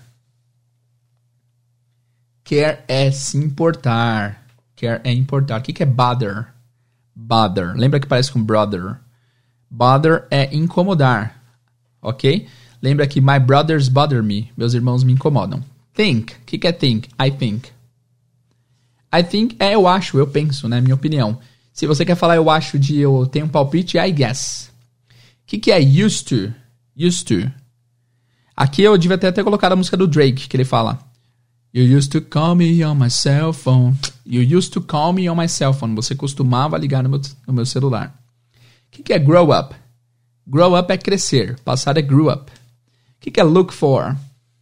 Care é se importar. Care é importar. O que é bother? Bother. Lembra que parece com brother? Bother é incomodar. Ok? Lembra que my brothers bother me. Meus irmãos me incomodam. Think. O que é think? I think. I think é eu acho, eu penso, né? Minha opinião. Se você quer falar eu acho de eu tenho um palpite, I guess. O que é used to? Used to. Aqui eu devia ter colocado a música do Drake, que ele fala You used to call me on my cell phone. You used to call me on my cell phone. Você costumava ligar no meu celular. O que é grow up? Grow up é crescer. Passar é grew up. O que é look for?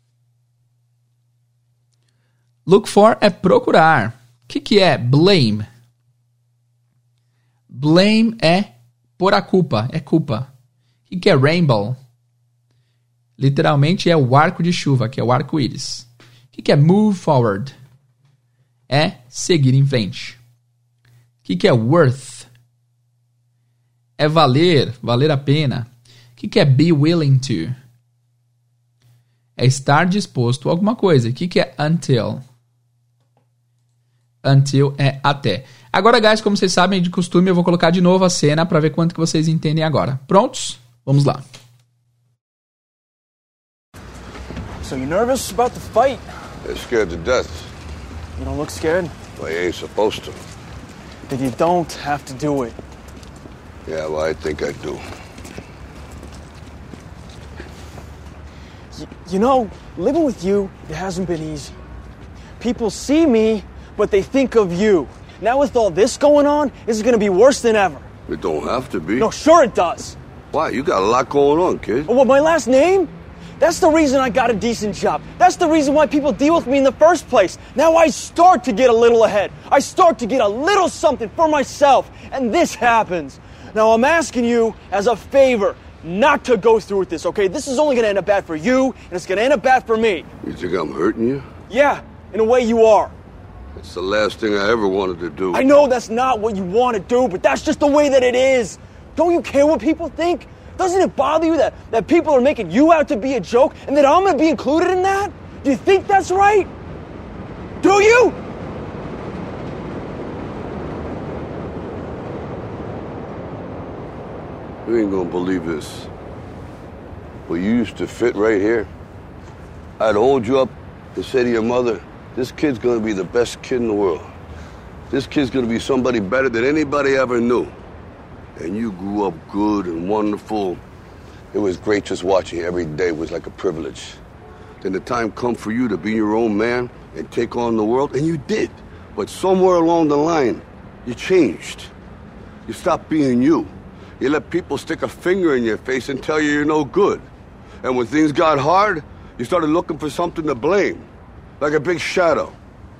Look for é procurar. O que é blame? Blame é pôr a culpa, é culpa. O que é rainbow? Literalmente é o arco de chuva, que é o arco-íris. O que é move forward? É seguir em frente. O que é worth? É valer, valer a pena. O que é be willing to? É estar disposto a alguma coisa. O que é until? Until é até. Agora, guys, como vocês sabem, de costume, eu vou colocar de novo a cena para ver quanto que vocês entendem agora. Prontos? Vamos lá. So you nervous about the fight? They're scared to death. You don't look scared? Well, you ain't supposed to. Then you don't have to do it. Yeah, well, I think I do. You know, living with you, it hasn't been easy. People see me, but they think of you. Now with all this going on, this is going to be worse than ever. It don't have to be. No, sure it does. Why? You got a lot going on, kid. Well, my last name? That's the reason I got a decent job. That's the reason why people deal with me in the first place. Now I start to get a little ahead. I start to get a little something for myself. And this happens. Now I'm asking you as a favor not to go through with this, okay? This is only going to end up bad for you, and it's going to end up bad for me. You think I'm hurting you? Yeah, in a way you are. It's the last thing I ever wanted to do. I know that's not what you want to do, but that's just the way that it is. Don't you care what people think? Doesn't it bother you that people are making you out to be a joke and that I'm going to be included in that? Do you think that's right? Do you? You ain't gonna believe this. But you used to fit right here. I'd hold you up and say to your mother, this kid's gonna be the best kid in the world. This kid's gonna be somebody better than anybody ever knew. And you grew up good and wonderful. It was great just watching you every day. It was like a privilege. Then the time come for you to be your own man and take on the world, and you did. But somewhere along the line, you changed. You stopped being you. You let people stick a finger in your face and tell you you're no good. And when things got hard, you started looking for something to blame, like a big shadow.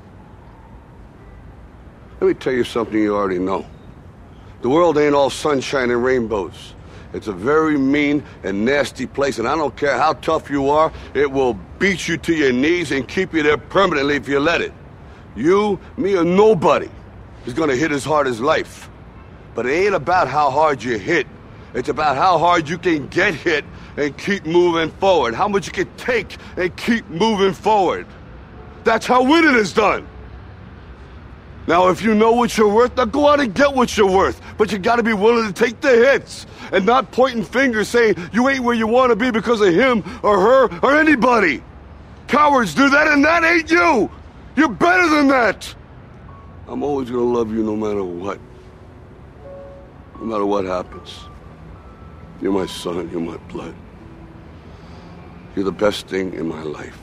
Let me tell you something you already know. The world ain't all sunshine and rainbows. It's a very mean and nasty place, and I don't care how tough you are, it will beat you to your knees and keep you there permanently if you let it. You, me, or nobody is gonna hit as hard as life. But it ain't about how hard you hit. It's about how hard you can get hit and keep moving forward. How much you can take and keep moving forward. That's how winning is done. Now, if you know what you're worth, now go out and get what you're worth. But you gotta be willing to take the hits and not pointing fingers saying you ain't where you want to be because of him or her or anybody. Cowards do that, and that ain't you. You're better than that. I'm always gonna love you no matter what. No matter what happens. You're my son, you're my blood. You're the best thing in my life.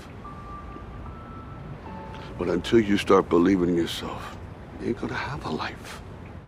But until you start believing in yourself, you ain't gonna have a life.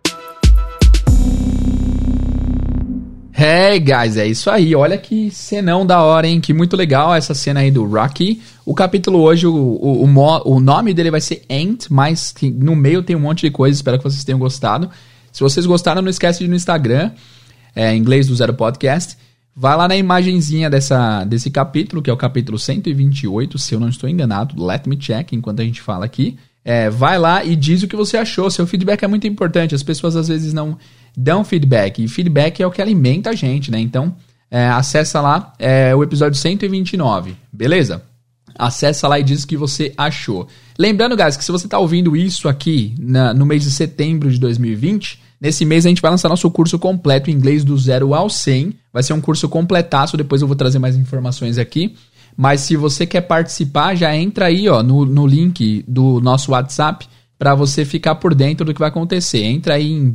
Hey guys, é isso aí, olha que cenão da hora, hein, que muito legal essa cena aí do Rocky. O capítulo hoje, o nome dele vai ser Ain't, mas no meio tem um monte de coisa, espero que vocês tenham gostado. Se vocês gostaram, não esquece de ir no Instagram, Inglês do Zero Podcast, vai lá na imagenzinha desse capítulo, que é o capítulo 128, se eu não estou enganado, let me check enquanto a gente fala aqui. Vai lá e diz o que você achou, seu feedback é muito importante, as pessoas às vezes não dão feedback, e feedback é o que alimenta a gente, né? Então, acessa lá, o episódio 129, beleza? Acessa lá e diz o que você achou. Lembrando, guys, que se você está ouvindo isso aqui no mês de setembro de 2020, nesse mês a gente vai lançar nosso curso completo em inglês do 0 ao 100. Vai ser um curso completaço, depois eu vou trazer mais informações aqui. Mas se você quer participar, já entra aí ó, no link do nosso WhatsApp para você ficar por dentro do que vai acontecer. Entra aí em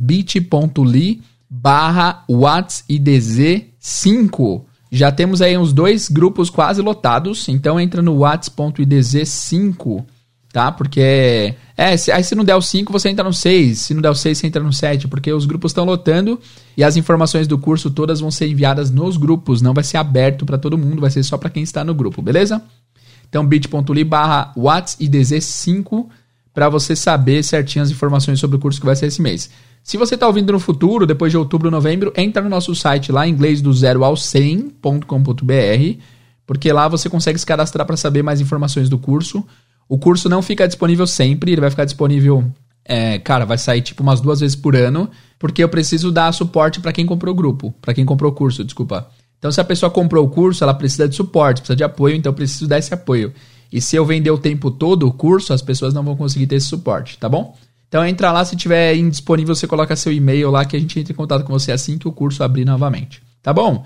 bit.ly/whatsidz5. Já temos aí uns 2 grupos quase lotados, então entra no whats.idz5, tá? Porque, aí se não der o 5, você entra no 6, se não der o 6, você entra no 7, porque os grupos estão lotando e as informações do curso todas vão ser enviadas nos grupos, não vai ser aberto para todo mundo, vai ser só para quem está no grupo, beleza? Então, bit.ly/whatsidz5 para você saber certinho as informações sobre o curso que vai ser esse mês. Se você está ouvindo no futuro, depois de outubro, novembro, entra no nosso site lá, inglês do 0 ao 100.com.br, porque lá você consegue se cadastrar para saber mais informações do curso. O curso não fica disponível sempre, ele vai ficar disponível, vai sair tipo umas 2 vezes por ano, porque eu preciso dar suporte para quem comprou o grupo, para quem comprou o curso, desculpa. Então se a pessoa comprou o curso, ela precisa de suporte, precisa de apoio, então eu preciso dar esse apoio. E se eu vender o tempo todo o curso, as pessoas não vão conseguir ter esse suporte, tá bom? Então entra lá, se tiver indisponível, você coloca seu e-mail lá que a gente entra em contato com você assim que o curso abrir novamente, tá bom?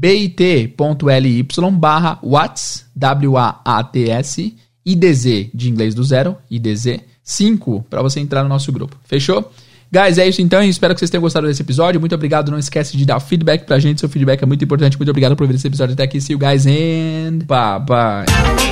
bit.ly/whats, W-A-A-T-S, IDZ de inglês do 0, IDZ 5, para você entrar no nosso grupo, fechou? Guys, é isso então, eu espero que vocês tenham gostado desse episódio, muito obrigado, não esquece de dar feedback pra gente, seu feedback é muito importante, muito obrigado por ver esse episódio até aqui, see you guys and bye bye.